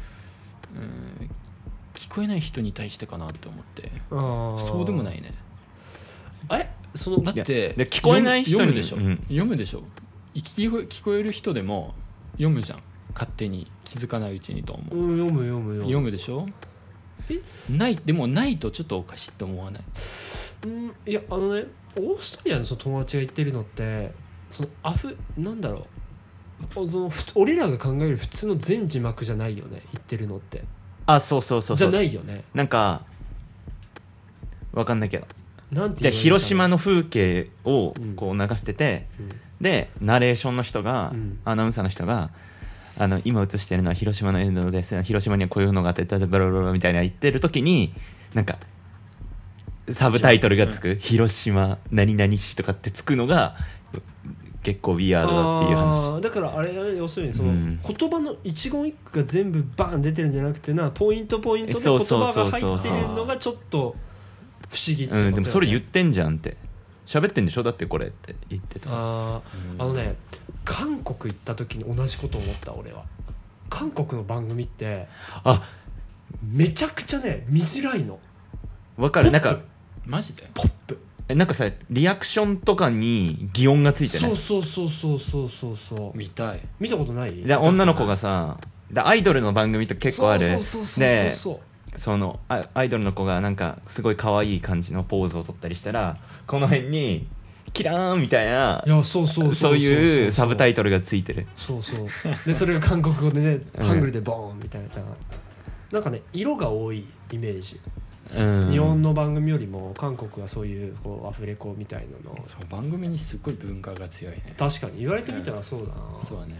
[SPEAKER 3] 聞こえない人に対してかなって思ってそうでもないね。だって
[SPEAKER 1] で聞こえない人に
[SPEAKER 3] 読むでしょ聞こえる人でも読むじゃん勝手に気づかないうちにと思う、読むでしょでもないとちょっとおかしいって思わない？
[SPEAKER 2] いやオーストリアのその友達が言ってるのってなんだろう俺らが考える普通の全字幕じゃないよね言ってるのって。
[SPEAKER 1] そう
[SPEAKER 2] じゃないよね。
[SPEAKER 1] なんかわかんないけど
[SPEAKER 2] なんて
[SPEAKER 1] じゃあ広島の風景をこう流してて、でナレーションの人が、アナウンサーの人が今映してるのは広島の映像です、広島にはこういうのがあってブラブラみたいな言ってる時になんかサブタイトルがつく、広島何々市とかってつくのが結構ビアードだっていう話
[SPEAKER 2] だからあれ要するにその言葉の一言一句が全部バーン出てるんじゃなくてポイントで言葉が入ってるのがちょっと不思議ってことだよね。
[SPEAKER 1] でもそれ言ってんじゃんって喋ってんでしょだってこれって言ってた。
[SPEAKER 2] 韓国行った時に同じこと思った俺は。韓国の番組ってめちゃくちゃね見づらいの。
[SPEAKER 1] わかる。なんか
[SPEAKER 3] マジで
[SPEAKER 2] ポップ
[SPEAKER 1] なんかさリアクションとかに擬音がついてね。
[SPEAKER 2] そう
[SPEAKER 3] 見た
[SPEAKER 2] ことない？
[SPEAKER 1] で女の子がさアイドルの番組と結構ある。でそのアイドルの子がなんかすごい可愛い感じのポーズを取ったりしたらこの辺にキラーンみたいなそういうサブタイトルがついてる。
[SPEAKER 2] でそれが韓国語でねハングルでボーンみたいななんかね色が多いイメージ。 日本の番組よりも韓国はそういうこうアフレコみたいなの
[SPEAKER 3] そう番組にすごい文化が強いね。
[SPEAKER 2] 確かに言われてみたらそうだな、
[SPEAKER 3] そうだね。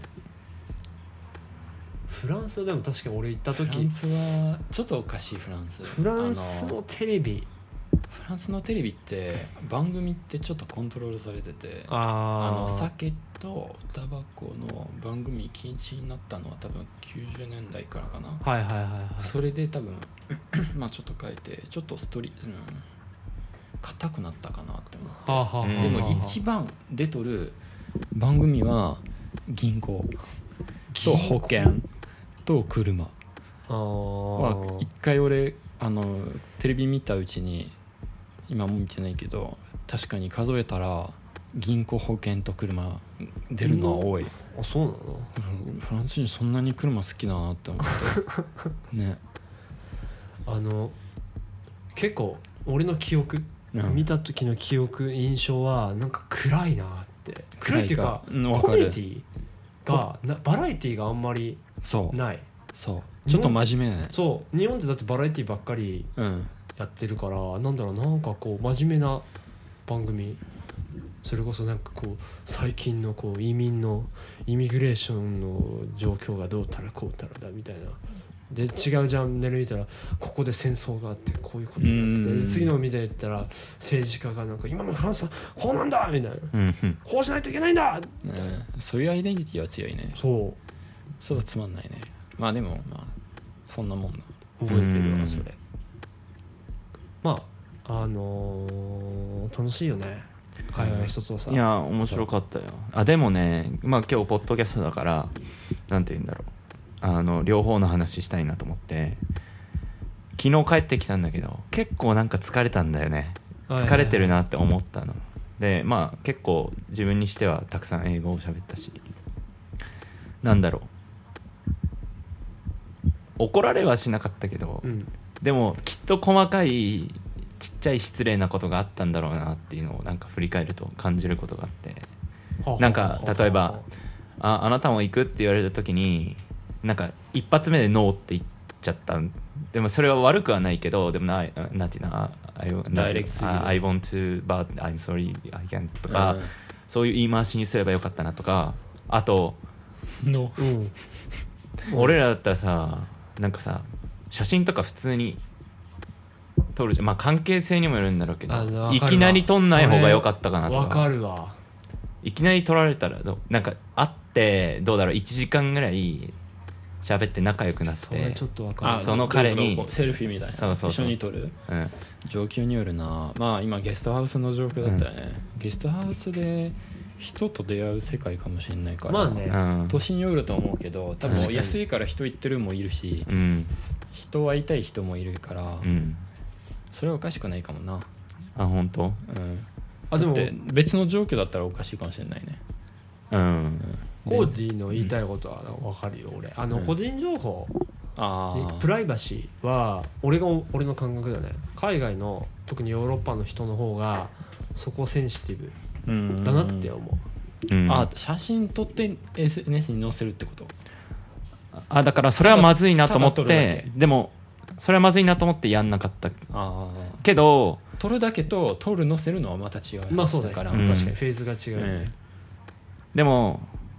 [SPEAKER 2] フランスはでも確かに俺行った時
[SPEAKER 3] フランスはちょっとおかしい。フランス
[SPEAKER 2] のテレビ
[SPEAKER 3] フランスのテレビって番組ってちょっとコントロールされてて、酒とタバコの番組禁止になったのは多分90年代からかな。
[SPEAKER 2] はいはいはいはい。
[SPEAKER 3] それで多分まあちょっと変えてちょっと硬くなったかなって思って、
[SPEAKER 2] はあはあ、
[SPEAKER 3] でも一番出とる番組は銀行と保険と車は一回俺テレビ見たうちに、今も見てないけど確かに数えたら銀行保険と車出るのは多い。
[SPEAKER 2] あ、そうなの？
[SPEAKER 3] フランス人そんなに車好きだなって思ってね。
[SPEAKER 2] 結構俺の記憶、見た時の記憶印象はなんか暗いなって。暗いっていうか、コメディがバラエティがあんまりない。
[SPEAKER 3] そうちょっと真面目ね。
[SPEAKER 2] そう日本ってだってバラエティばっかりやってるから、なんだろう、なんかこう真面目な番組、それこそなんかこう最近のこうイミグレーションの状況がどうたらこうたらだみたいなで、違うジャンネル見たらここで戦争があってこういうことになってて、次の見ていったら政治家がなんか今のフランスはこうなんだみたいな、こうしないといけないんだ、
[SPEAKER 3] そういうアイデンティティは強いね。そうつまんないね。まあでもまあそんなもんな。
[SPEAKER 2] 覚えてるわそれ。まあ楽しいよね海外の人とさ。
[SPEAKER 1] いや面白かったよ。でもね、まあ今日ポッドキャストだからなんて言うんだろう、両方の話したいなと思って昨日帰ってきたんだけど、結構なんか疲れたんだよね。疲れてるなって思ったので、まあ結構自分にしてはたくさん英語を喋ったし、なんだろう、怒られはしなかったけど、でもきっと細かいちっちゃい失礼なことがあったんだろうなっていうのをなんか振り返ると感じることがあって、なんか例えばあなたも行くって言われた時になんか一発目でノーって言っちゃった。でもそれは悪くはないけど、でもなんていうの、I want to but I'm sorry I can't とか、そういう言い回しにすればよかったなとか、あと
[SPEAKER 3] ノー、
[SPEAKER 1] 俺らだったらさ、なんかさ写真とか普通に撮るじゃん。まあ関係性にもよるんだろうけど、いきなり撮んない方が良かったかなとか。
[SPEAKER 2] わかるわ。
[SPEAKER 1] いきなり撮られたらなんか会ってどうだろう、1時間ぐらい喋って仲良くなって、それ
[SPEAKER 2] ちょっとわかる。
[SPEAKER 1] その彼に
[SPEAKER 3] セルフィーみたいな一緒に撮る、状況によるな。まあ今ゲストハウスの状況だったよね、ゲストハウスで人と出会う世界かもしれないから、
[SPEAKER 2] まあね、
[SPEAKER 3] 年によると思うけど、多分安いから人行ってるもいるし、人会いたい人もいるから、それはおかしくないかもな。
[SPEAKER 1] 本当？
[SPEAKER 2] でも
[SPEAKER 3] 別の状況だったらおかしいかもしれないね。
[SPEAKER 2] コーディの言いたいことは分かるよ俺。個人情報、プライバシーは俺の感覚だね。海外の特にヨーロッパの人の方がそこセンシティブだなって思う。
[SPEAKER 3] 写真撮って SNS に載せるってこと？
[SPEAKER 1] だからそれはまずいなと思って、でもそれはまずいなと思ってやんなかったけど、
[SPEAKER 3] 撮るだけと撮る載せるのはまた違う。
[SPEAKER 2] まあそうだから、確かにフェーズが違うよね。
[SPEAKER 1] でも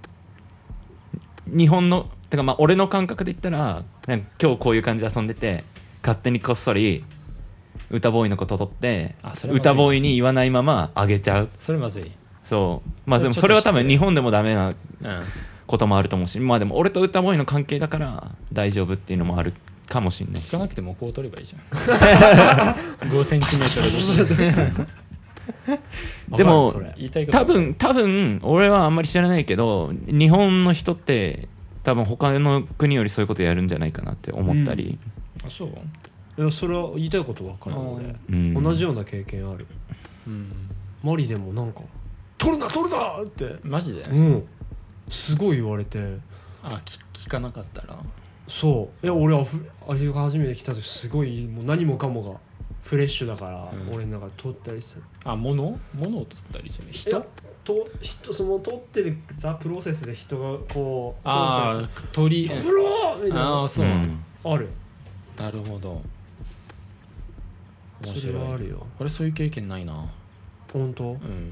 [SPEAKER 1] 日本のてかまあ俺の感覚で言ったら、なんか今日こういう感じで遊んでて勝手にこっそり歌ボーイのこと撮って歌ボーイに言わないままあげちゃう。
[SPEAKER 3] それまずい。
[SPEAKER 1] そうまあでもそれは多分日本でもダメなこともあると思うし、まあでも俺と歌ボーイの関係だから大丈夫っていうのもあるかもしれない。
[SPEAKER 3] 聞かなくてもこう取ればいいじゃん。5センチメートル
[SPEAKER 1] でも多分俺はあんまり知らないけど、日本の人って多分他の国よりそういうことやるんじゃないかなって思ったり。
[SPEAKER 3] そう？
[SPEAKER 2] いやそれは言いたいこと分かる俺、同じような経験ある。マリでもなんか取るなって
[SPEAKER 3] マジで、
[SPEAKER 2] すごい言われて、
[SPEAKER 3] 聞かなかったら。
[SPEAKER 2] そう、いや俺はアフリカ初めて来た時すごいもう何もかもがフレッシュだから、俺なんか撮ったりする。
[SPEAKER 3] 物を撮ったりする。
[SPEAKER 2] 人その撮ってるザ・プロセスで人がこう
[SPEAKER 3] 撮り
[SPEAKER 2] 撮ろうみたいな。
[SPEAKER 3] そう、
[SPEAKER 2] ある。
[SPEAKER 3] なるほど。 面白い。
[SPEAKER 2] それはあるよ。
[SPEAKER 3] 俺そういう経験ないな。
[SPEAKER 2] 本当？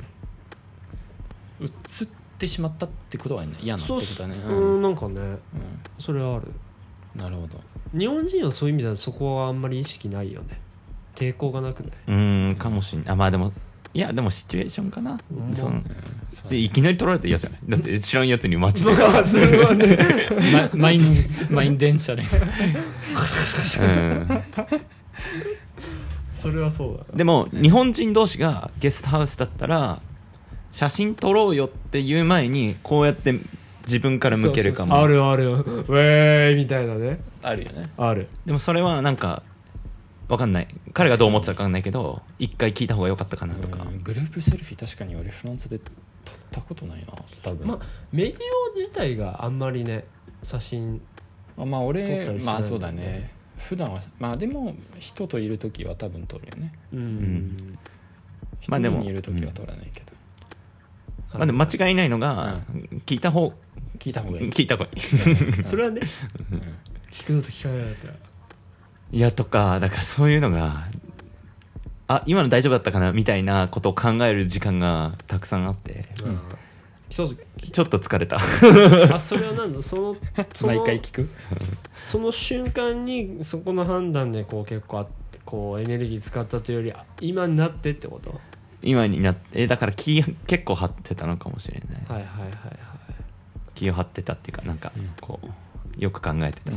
[SPEAKER 3] 映ってしまったってことは嫌なってことだね。
[SPEAKER 2] なんかね、それはある。
[SPEAKER 3] なるほど。
[SPEAKER 2] 日本人はそういう意味ではそこはあんまり意識ないよね。抵抗がなくない？
[SPEAKER 1] かもしんない。まあでもいやでもシチュエーションかな。
[SPEAKER 3] そう
[SPEAKER 1] でいきなり取られたら嫌じゃない。だって知らんやつに街で
[SPEAKER 2] それはね
[SPEAKER 3] 満員電車で
[SPEAKER 2] それはそうだ。
[SPEAKER 1] でも日本人同士がゲストハウスだったら写真撮ろうよっていう前にこうやって自分から向けるかも。
[SPEAKER 2] あるある、ウェーイみたいなね。
[SPEAKER 3] あるよね。
[SPEAKER 2] ある。
[SPEAKER 1] でもそれはなんか分かんない。彼がどう思ってたか分かんないけど一回聞いた方が良かったかなとか。
[SPEAKER 3] グループセルフィー確かに俺フランスで撮ったことないな多分。
[SPEAKER 2] まあメディオ自体があんまりね写真
[SPEAKER 3] まあ俺
[SPEAKER 2] 撮ったりしないんで
[SPEAKER 3] まあそうだね。普段はまあでも人といる時は多分撮るよね。
[SPEAKER 1] まあでも
[SPEAKER 3] 人にいる時は撮らないけど。
[SPEAKER 1] まあでも間違いないのが聞いた方がいい。
[SPEAKER 2] それはね聞くのと聞かないだったら
[SPEAKER 1] いやとかだからそういうのが今の大丈夫だったかなみたいなことを考える時間がたくさんあって、ちょっと疲れた。
[SPEAKER 2] それは何だ
[SPEAKER 3] 毎回聞く
[SPEAKER 2] その瞬間にそこの判断でこう結構こうエネルギー使ったというより今になってってこと？
[SPEAKER 1] 今になってだから気結構張ってたのかもしれない。
[SPEAKER 2] はいはいはいはい。
[SPEAKER 1] 気を張ってたっていうかなんかこうよく考えてた。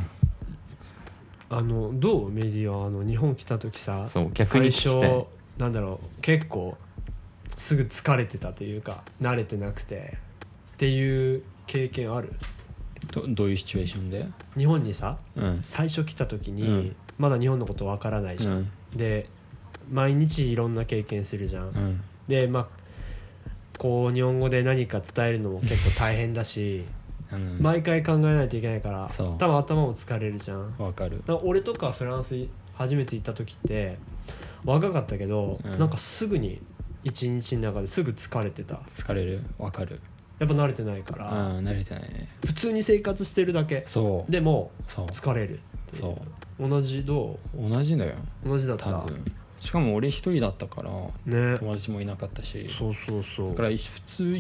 [SPEAKER 2] どうメディア日本来た時さ、
[SPEAKER 1] そう逆に聞きたい。
[SPEAKER 2] 最初なんだろう結構すぐ疲れてたというか慣れてなくてっていう経験ある？
[SPEAKER 3] どういうシチュエーションで？
[SPEAKER 2] 日本にさ、最初来た時に、まだ日本のことわからないじゃん、で毎日いろんな経験するじゃん、でまあこう日本語で何か伝えるのも結構大変だし毎回考えないといけないから多分頭も疲れるじゃん。
[SPEAKER 3] わかる。
[SPEAKER 2] 俺とかフランス初めて行った時って若かったけど、なんかすぐに一日の中ですぐ疲れてた。
[SPEAKER 3] 疲れる。わかる。
[SPEAKER 2] やっぱ慣れてないから
[SPEAKER 3] 慣れてないね。
[SPEAKER 2] 普通に生活してるだけでも疲れる。同じ同じだよ。同じだった。
[SPEAKER 3] しかも俺一人だったから、
[SPEAKER 2] ね、
[SPEAKER 3] 友達もいなかったし、
[SPEAKER 2] そう
[SPEAKER 3] だから普通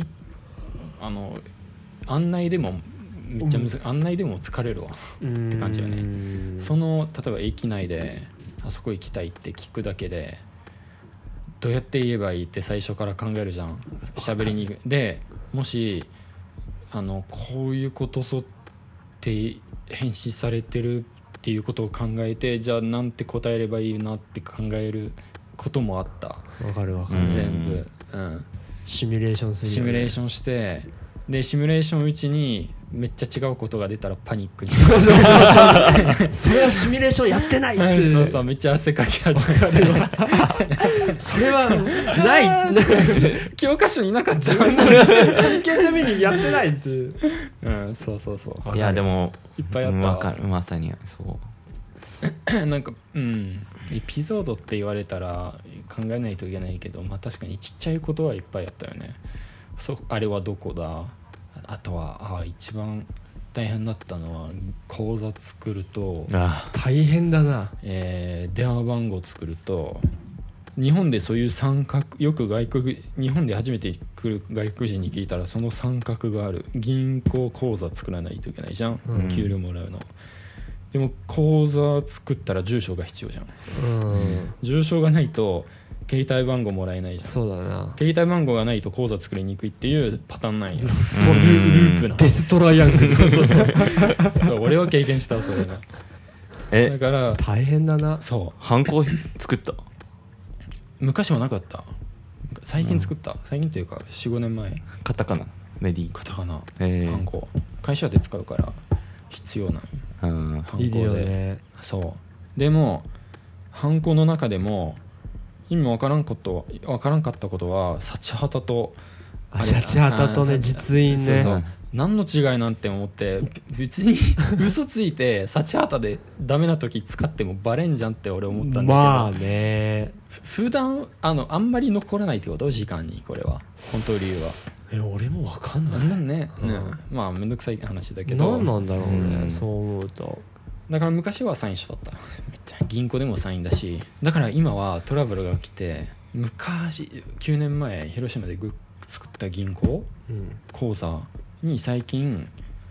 [SPEAKER 3] 案内でもめっちゃ案内でも疲れるわって感じよね。例えば駅内であそこ行きたいって聞くだけでどうやって言えばいいって最初から考えるじゃん。喋りにでもしこういうことそって返信されてるっていうことを考えてじゃあなんて答えればいいなって考えることもあった。
[SPEAKER 2] わかる
[SPEAKER 3] 全部、
[SPEAKER 2] シミュレーションするよね。
[SPEAKER 3] シミュレーションしてでシミュレーションうちにめっちゃ違うことが出たらパニックに
[SPEAKER 2] それはシミュレーションやってないって
[SPEAKER 3] そうめっちゃ汗かき始める
[SPEAKER 2] それはない
[SPEAKER 3] 教科書になかった
[SPEAKER 2] 真剣ゼミにやってないって
[SPEAKER 3] そう
[SPEAKER 1] いやでも
[SPEAKER 3] いっぱいあった。
[SPEAKER 1] わかる。まさにそう
[SPEAKER 3] なんかエピソードって言われたら考えないといけないけど、まあ確かにちっちゃいことはいっぱいあったよね。あれはどこだ。あとは一番大変だったのは口座作ると
[SPEAKER 2] 大変だな。
[SPEAKER 3] 電話番号作ると日本でそういう三角よく日本で初めて来る外国人に聞いたらその三角がある。銀行口座作らないといけないじゃん、給料もらうの。でも口座作ったら住所が必要じゃん、住所がないと携帯番号もらえないじゃん。
[SPEAKER 2] そうだな。
[SPEAKER 3] 携帯番号がないと口座作りにくいっていうパターンなんや。ループな
[SPEAKER 2] デストライアングル
[SPEAKER 3] そう俺は経験したそれが。だから
[SPEAKER 2] 大変だな。
[SPEAKER 3] そう
[SPEAKER 1] ハンコ作った。
[SPEAKER 3] 昔はなかった。最近作った、最近っていうか 4,5 年前。
[SPEAKER 1] カタカナメディ
[SPEAKER 3] カタカナハンコ会社で使うから必要なの。ハンコで
[SPEAKER 2] いいよね。
[SPEAKER 3] そうでもハンコの中でも今分からんかったことはサチハタと
[SPEAKER 2] シャチハタとね実印ね。
[SPEAKER 3] そう何の違いなんて思って別に嘘ついてサチハタでダメな時使ってもバレんじゃんって俺思ったんだけど、
[SPEAKER 2] まあね
[SPEAKER 3] 普段あんまり残らないってこと時間に。これは本当理由は
[SPEAKER 2] 俺も分かんない
[SPEAKER 3] ね、まあめんどくさい話だけど
[SPEAKER 2] 何なんだろうね、そう思うと。
[SPEAKER 3] だから昔はサイン一緒だった。めっちゃ銀行でもサインだし、だから今はトラブルが来て、昔9年前広島で作った銀行、口座に最近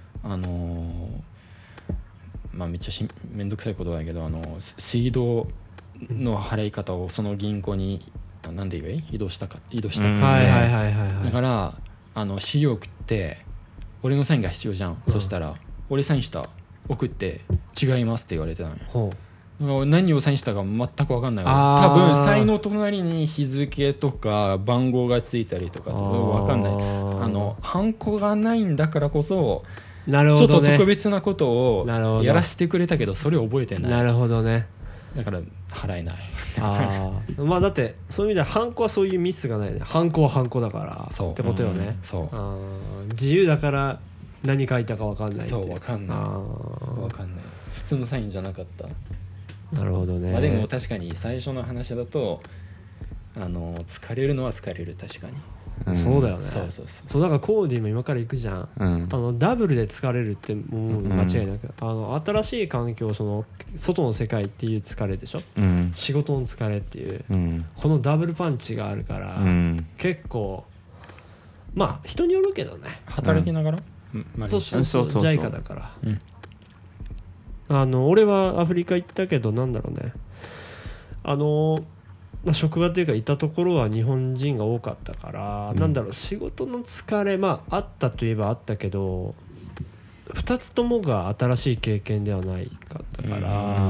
[SPEAKER 3] めっちゃめんどくさいことだけど水道の払い方をその銀行に何で言えばいい移動したかってだから資料送って俺のサインが必要じゃん、そしたら俺サインした送って違いますって言われてたのよ。だから何をサインしたか全く分かんない。多分サインの隣に日付とか番号がついたりとか分かんない。ハンコがないんだからこそちょっと特別なことをやらせてくれたけどそれを覚えてない。
[SPEAKER 2] なるほどね。
[SPEAKER 3] だから払えない。
[SPEAKER 2] まあだってそういう意味ではハンコはそういうミスがないね。ハンコはハンコだから
[SPEAKER 3] そう
[SPEAKER 2] ってことよね。
[SPEAKER 3] そう
[SPEAKER 2] 自由だから何書いたか分かんないって。
[SPEAKER 3] そう分かんない普通のサインじゃなかった。
[SPEAKER 2] なるほどね。
[SPEAKER 3] でも確かに最初の話だと疲れるのは疲れる。確かに、
[SPEAKER 2] そうだよね。そうだからコーディも今から行くじゃん、ダブルで疲れるってもう間違いなく、新しい環境、その外の世界っていう疲れでしょ、仕事の疲れっていう、このダブルパンチがあるから、結構まあ人によるけどね。
[SPEAKER 3] 働きながら、
[SPEAKER 2] そうJICA だから、俺はアフリカ行ったけどなんだろうね、職場というかいたところは日本人が多かったから、なんだろう、仕事の疲れあったといえばあったけど2つともが新しい経験ではないかったから、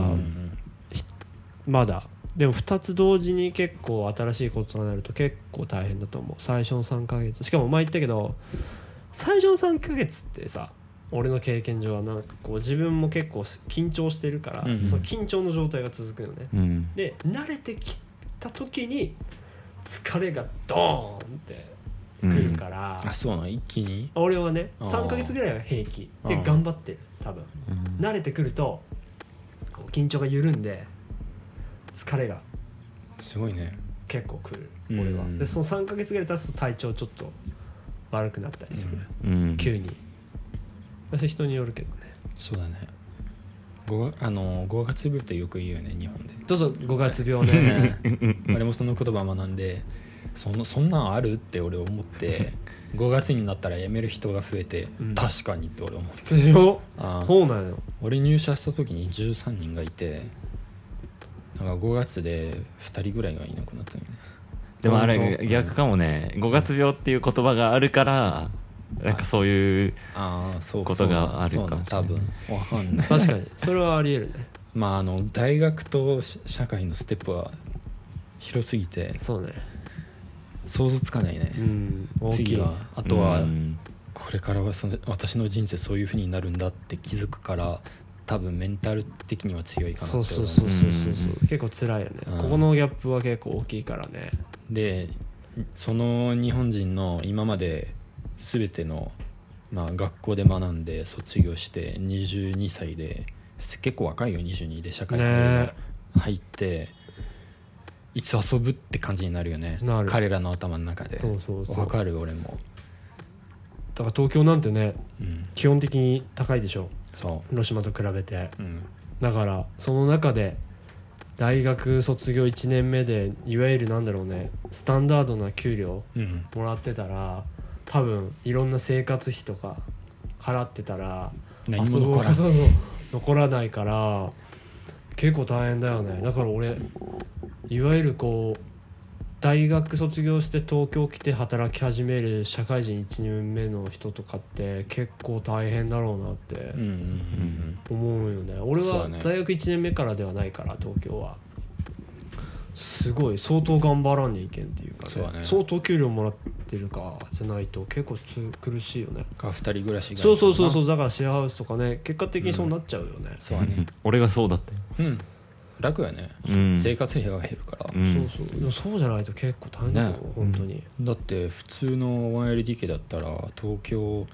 [SPEAKER 2] まだでも2つ同時に結構新しいことになると結構大変だと思う。最初の3ヶ月、しかも前言ったけど最初の3ヶ月ってさ、俺の経験上はなんかこう自分も結構緊張してるから、その緊張の状態が続くよね、で慣れてきた時に疲れがドーンってくるから、
[SPEAKER 3] そうな一気に
[SPEAKER 2] 俺はね3ヶ月ぐらいは平気で頑張ってる。多分慣れてくるとこう緊張が緩んで疲れが
[SPEAKER 3] すごいね
[SPEAKER 2] 結構くる、俺は。でその3ヶ月ぐらい経つと体調ちょっと悪くなったりする、急に。それ人によるけどね。
[SPEAKER 3] そうだね。5月病ってよく言うよね日本で。
[SPEAKER 2] どうぞ5月病ね。
[SPEAKER 3] 俺もその言葉学んで、そんなんあるって俺思って5月になったら辞める人が増えて、確かにって俺思って。
[SPEAKER 2] そうなの。
[SPEAKER 3] 俺入社した時に13人がいて、なんか5月で2人ぐらいがいなくなったよね。
[SPEAKER 1] でもあれ逆かもね。5月病っていう言葉があるからなんかそういうことがあるかもしれない。
[SPEAKER 3] 多分わかんない。
[SPEAKER 2] 確かにそれはありえるね。
[SPEAKER 3] 大学と社会のステップは広すぎて、
[SPEAKER 2] そうね、
[SPEAKER 3] 想像つかないね。次はあとはこれからは私の人生そういう風になるんだって気づくから、多分メンタル的には強いかなって思う。
[SPEAKER 2] そう結構辛いよね。ここのギャップは結構大きいからね。
[SPEAKER 3] でその日本人の今まで全ての、学校で学んで卒業して22歳で結構若いよ、22で社会に入っていつ遊ぶって感じになるよね。彼らの頭の中で。分かる俺も。
[SPEAKER 2] だから東京なんてね、基本的に高いでしょ、広島と比べて、だからその中で大学卒業1年目でいわゆるなんだろうね、スタンダードな給料もらってたら、多分いろんな生活費とか払ってたら
[SPEAKER 3] 何も
[SPEAKER 2] 残らないから結構大変だよね。だから俺いわゆるこう大学卒業して東京来て働き始める社会人1年目の人とかって結構大変だろうなって思うよね。俺は大学1年目からではないから東京はすごい相当頑張らんにいけんっていうかね、相当給料もらってるかじゃないと結構苦しいよね。
[SPEAKER 3] 2人暮らしが
[SPEAKER 2] そうだからシェアハウスとかね、結果的にそうなっちゃうよね。
[SPEAKER 3] そうね
[SPEAKER 1] 俺がそうだったよ。
[SPEAKER 3] 楽やね、生活費が減るから。
[SPEAKER 2] でもそうじゃないと結構大変だよ、本当に。
[SPEAKER 3] だって普通の 1LDK だったら東京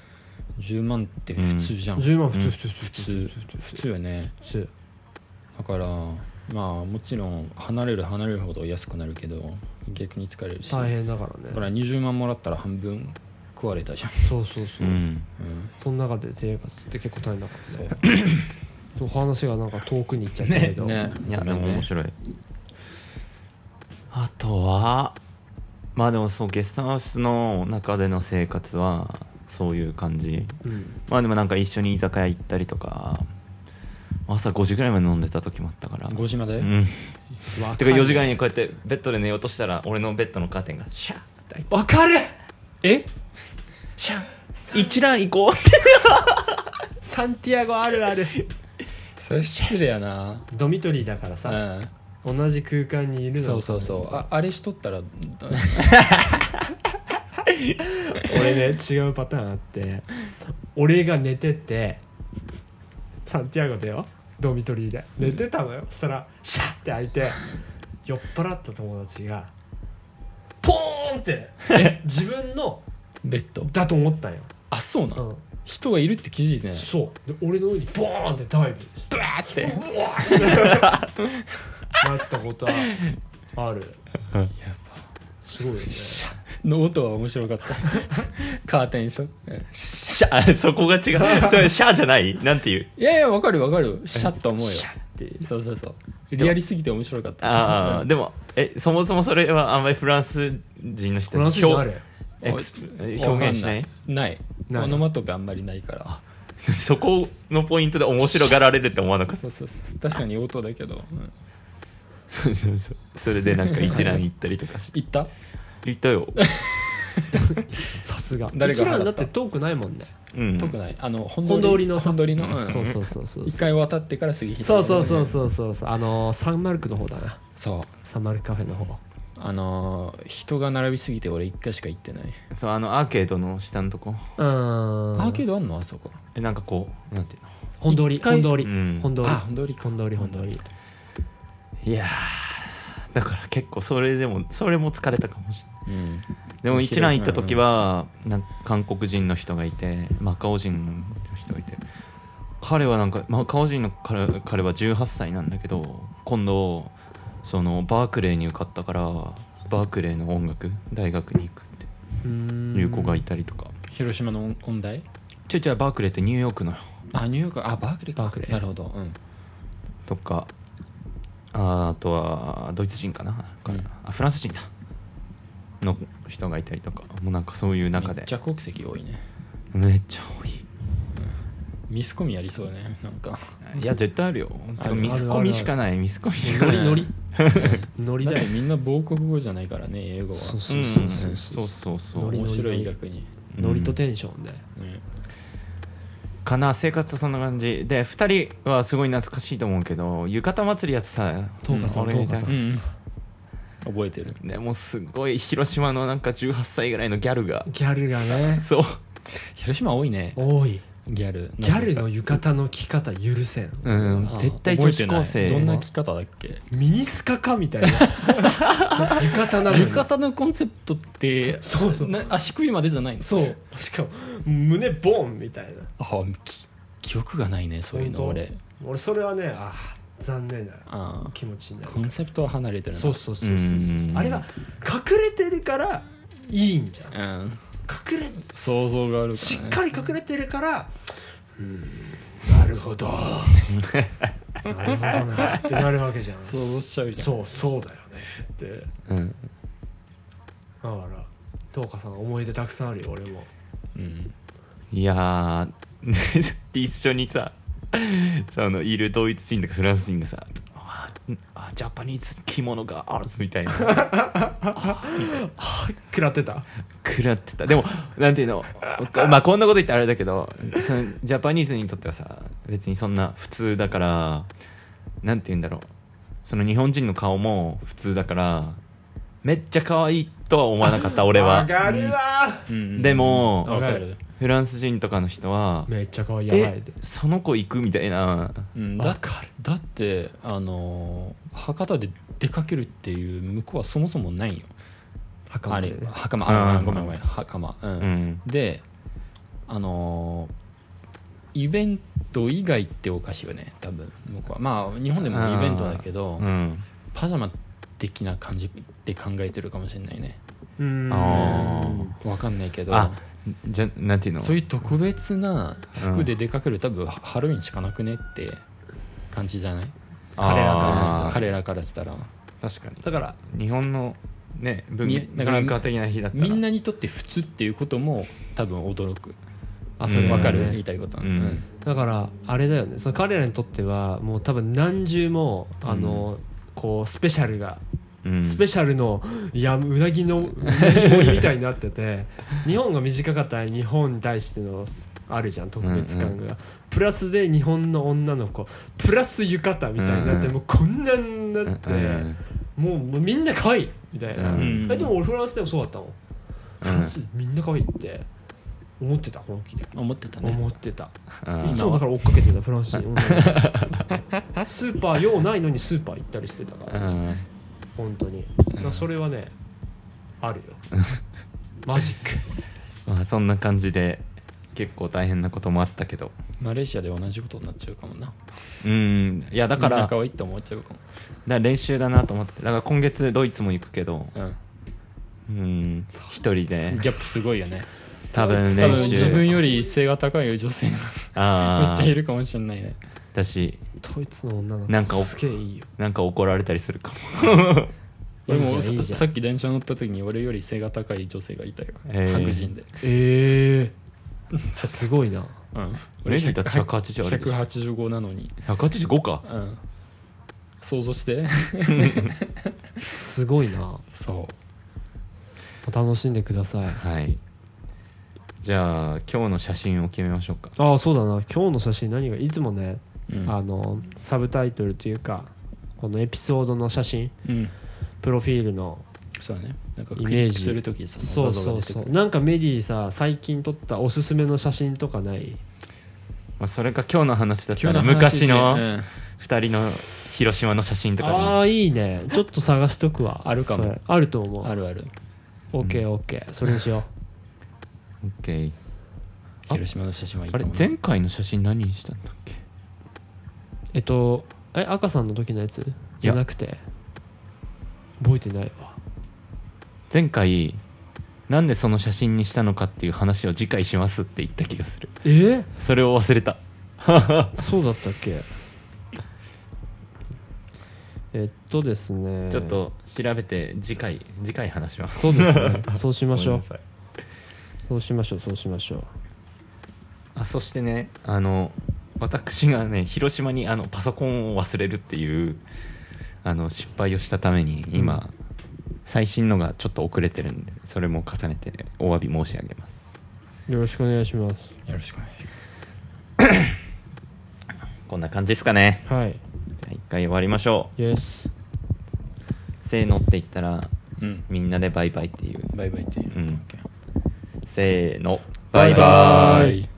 [SPEAKER 3] 10万って普通じゃん。
[SPEAKER 2] 10万
[SPEAKER 3] 普通よね。だからもちろん離れるほど安くなるけど逆に疲れるし
[SPEAKER 2] 大変だからね。
[SPEAKER 3] だから20万もらったら半分食われたじゃん。
[SPEAKER 2] そう、その中で生活って結構大変だからさ。 話がなんか遠くに行っちゃったけど、
[SPEAKER 3] ね
[SPEAKER 1] いやでも面白い。あとはまあでもそうゲストハウスの中での生活はそういう感じ、まあでもなんか一緒に居酒屋行ったりとか朝5時ぐらいまで飲んでた時もあったから
[SPEAKER 3] 5時まで、
[SPEAKER 1] てか4時ぐらいにこうやってベッドで寝ようとしたら俺のベッドのカーテンがシャーって開いて
[SPEAKER 2] わかる。
[SPEAKER 1] シャー一覧行こう
[SPEAKER 2] サンティアゴあるある。
[SPEAKER 3] それ失礼やな。
[SPEAKER 2] ドミトリーだからさ、同じ空間にいるの。
[SPEAKER 3] そうあれしとったら
[SPEAKER 2] 俺ね違うパターンあって、俺が寝ててサンティアゴだよ、ドミトリーで寝てたのよ、そしたらシャッて開いて酔っ払った友達がポーンって自分の
[SPEAKER 3] ベッド
[SPEAKER 2] だと思ったんよ。
[SPEAKER 3] あ、そうな、人がいるって気づいてない。
[SPEAKER 2] そうで俺の上にボーンってダイブして
[SPEAKER 3] ブワーって
[SPEAKER 2] なったことはある。
[SPEAKER 3] やっ
[SPEAKER 2] すごいよね。
[SPEAKER 3] シャの音は面白かったカーテンショ
[SPEAKER 1] シャーそこが違うそれシャーじゃないなんていう
[SPEAKER 3] いやわかるシャッと思うよ。
[SPEAKER 2] シャッて
[SPEAKER 3] そうリアリすぎて面白かった。
[SPEAKER 1] ああでもそもそもそれはあんまりフランス人の人
[SPEAKER 2] フランス人ある
[SPEAKER 1] 表現しない
[SPEAKER 3] ないオノマトペあんまりないから
[SPEAKER 1] そこのポイントで面白がられるって思わなかった。
[SPEAKER 3] そう確かに音だけど、
[SPEAKER 1] そうそれでなんか一覧行ったりとかして
[SPEAKER 3] 行った
[SPEAKER 1] よ
[SPEAKER 2] さすが
[SPEAKER 3] 誰が
[SPEAKER 2] 一覧だって遠くないもんね。
[SPEAKER 3] 遠くない
[SPEAKER 2] 本通りの
[SPEAKER 3] 本通りの
[SPEAKER 2] そう
[SPEAKER 3] 一回渡ってから次
[SPEAKER 2] そうサンマルクの方だな。
[SPEAKER 3] そう
[SPEAKER 2] サンマルクカフェの方。
[SPEAKER 3] 人が並びすぎて俺一回しか行ってない。
[SPEAKER 1] そうアーケードの下のとこ
[SPEAKER 3] アーケードあんのあそこ
[SPEAKER 1] なんかこうなんていうの
[SPEAKER 2] 本通り
[SPEAKER 1] いやだから結構それも疲れたかもしれない、でも一蘭行った時はなんか韓国人の人がいてマカオ人の人がいて彼はなんかマカオ人の彼は18歳なんだけど今度そのバークレーに受かったからバークレーの音楽大学に行くっていう子がいたりとか。
[SPEAKER 3] 広島の音大
[SPEAKER 1] バークレーってニューヨークのよ。
[SPEAKER 3] ニューヨークバークレーなるほど、
[SPEAKER 1] とかあとはドイツ人かな、フランス人だの人がいたりとかもうなんかそういう中で
[SPEAKER 3] めっちゃ国籍多いね。
[SPEAKER 1] めっちゃ多い、
[SPEAKER 3] ミスコミありそうねなんか。
[SPEAKER 1] いや絶対あるよ。ミスコミしかない
[SPEAKER 2] ノリだよ。
[SPEAKER 3] みんな母国語じゃないからね英語は。
[SPEAKER 1] そう
[SPEAKER 3] 面白い逆に
[SPEAKER 2] ノリとテンションで
[SPEAKER 1] かな。生活はそんな感じで2人はすごい懐かしいと思うけど浴衣祭りやってた
[SPEAKER 2] トーカさん
[SPEAKER 3] 覚えてる。
[SPEAKER 1] でもすごい広島のなんか18歳ぐらいのギャルが
[SPEAKER 2] ね
[SPEAKER 1] そう
[SPEAKER 3] 広島多いね。
[SPEAKER 2] 多い
[SPEAKER 3] ギャル
[SPEAKER 2] の浴衣の着方許せん。
[SPEAKER 1] 絶対女子高生
[SPEAKER 3] どんな着方だっけ。
[SPEAKER 2] ミニスカかみたいな浴衣なのに。
[SPEAKER 3] 浴衣のコンセプトって
[SPEAKER 2] そう
[SPEAKER 3] 足首までじゃないの。
[SPEAKER 2] そうしかも胸ボンみたいな。
[SPEAKER 3] 記憶がないねそういうの。俺
[SPEAKER 2] それはね残念な気持ちになる。
[SPEAKER 3] コンセプトは離れてるな。
[SPEAKER 2] そうあれは隠れてるからいいんじゃん。
[SPEAKER 3] 想像があるから、ね、
[SPEAKER 2] しっかり隠れてるからなるほどなってなるわけじゃん。
[SPEAKER 3] 想像しちゃうじゃん。
[SPEAKER 2] そうだよねって、だからトーカさん思い出たくさんあるよ俺も。
[SPEAKER 1] いや一緒にさいるドイツ人とかフランス人がさジャパニーズ着物があるみたいな
[SPEAKER 2] 食らってた。
[SPEAKER 1] でもなんていうのこんなこと言ってあれだけどそのジャパニーズにとってはさ別にそんな普通だからなんていうんだろうその日本人の顔も普通だからめっちゃ可愛いとは思わなかった俺は。
[SPEAKER 2] わかるわ、
[SPEAKER 1] でも
[SPEAKER 2] わかる。
[SPEAKER 1] フランス人とかの人は
[SPEAKER 2] めっちゃ可愛いやばいで
[SPEAKER 1] その子行くみたいな。
[SPEAKER 2] わかる。
[SPEAKER 3] だって博多で出かけるっていう向こうはそもそもないよ。
[SPEAKER 2] 袴でね。
[SPEAKER 3] ごめん袴、でイベント以外っておかしいよね多分向こうは。日本でもイベントだけど、パジャマ的な感じで考えてるかもしれないね。わかんないけど
[SPEAKER 1] なんていうの
[SPEAKER 3] そういう特別な服で出かける多分ハロウィンしかなくねって感じじゃない？
[SPEAKER 2] 彼らからしたら
[SPEAKER 1] 確かに。
[SPEAKER 2] だから
[SPEAKER 1] 日本のね文化的な日だったら
[SPEAKER 3] みんなにとって普通っていうことも多分驚く。
[SPEAKER 2] それ
[SPEAKER 3] 分かる、言いたいこと、
[SPEAKER 2] だからあれだよね、その彼らにとってはもう多分何重もこうスペシャルのうなぎ盛りみたいになってて日本が短かったら日本に対してのあるじゃん特別感が、プラスで日本の女の子プラス浴衣みたいになって、もうこんなになって、もうみんな可愛いみたいな、でも俺フランスでもそうだったもん、フランスみんな可愛いって思ってた、本気で
[SPEAKER 3] 思ってたね。
[SPEAKER 2] 思ってた。いつもだから追っかけてたフランス人スーパー用ないのにスーパー行ったりしてたから、本当に、それはねあるよマジック。
[SPEAKER 1] まあそんな感じで結構大変なこともあったけど、
[SPEAKER 3] マレーシアで同じことになっちゃうかもな。
[SPEAKER 1] いやだから
[SPEAKER 3] みんな可愛いって思っちゃうかも。
[SPEAKER 1] だから練習だなと思って、だから今月ドイツも行くけど、一人でギ
[SPEAKER 3] ャップすごいよね。
[SPEAKER 1] 多分
[SPEAKER 3] 自分より背が高い女性がめっちゃいるかもしれないね。
[SPEAKER 1] だし
[SPEAKER 2] ドイツの女の子すげえいいよ。
[SPEAKER 1] なんか怒られたりするかも
[SPEAKER 3] でもさっき電車乗った時に俺より背が高い女性がいたよ、白人で。
[SPEAKER 2] すごいな。
[SPEAKER 1] 俺だって180あるでしょ。
[SPEAKER 3] 185なのに。
[SPEAKER 1] 185か。
[SPEAKER 3] 想像して
[SPEAKER 2] すごいな。
[SPEAKER 3] そう
[SPEAKER 2] 楽しんでください。
[SPEAKER 1] はい、じゃあ今日の写真を決めましょうか。
[SPEAKER 2] そうだな、今日の写真何がいつもね、サブタイトルというかこのエピソードの写真、プロフィールの
[SPEAKER 3] そうだね、なんか
[SPEAKER 2] イメージ
[SPEAKER 3] する時さ、
[SPEAKER 2] そうなんかメディさ最近撮ったおすすめの写真とかない？
[SPEAKER 1] それか今日の話だったら昔の2人の広島の写真とか
[SPEAKER 2] いいね、ちょっと探しとくわ。
[SPEAKER 3] あるかも。
[SPEAKER 2] あると思う。
[SPEAKER 3] あるある。
[SPEAKER 2] OK、それにしよ
[SPEAKER 1] う。OK。
[SPEAKER 3] 広島の写真はいいかも。
[SPEAKER 1] あれ前回の写真何にしたんだっ
[SPEAKER 2] け？赤さんの時のやつじゃなくて覚えてないわ。
[SPEAKER 1] 前回なんでその写真にしたのかっていう話を次回しますって言った気がする。それを忘れた
[SPEAKER 2] そうだったっけ？ですね、
[SPEAKER 1] ちょっと調べて次回話します。
[SPEAKER 2] そうですねそうしましょう。そ
[SPEAKER 1] してね、私がね広島にパソコンを忘れるっていう失敗をしたために今、最新のがちょっと遅れてるんで、それも重ねてお詫び申し上げます。
[SPEAKER 2] よろしくお願いします。
[SPEAKER 3] よろしくお願いします
[SPEAKER 1] こんな感じですかね。
[SPEAKER 2] はい、
[SPEAKER 1] 一回終わりましょう。せーのって言ったら、みんなでバイバイっていう。
[SPEAKER 3] バイバイっていう、
[SPEAKER 1] せーの
[SPEAKER 3] バイバイ。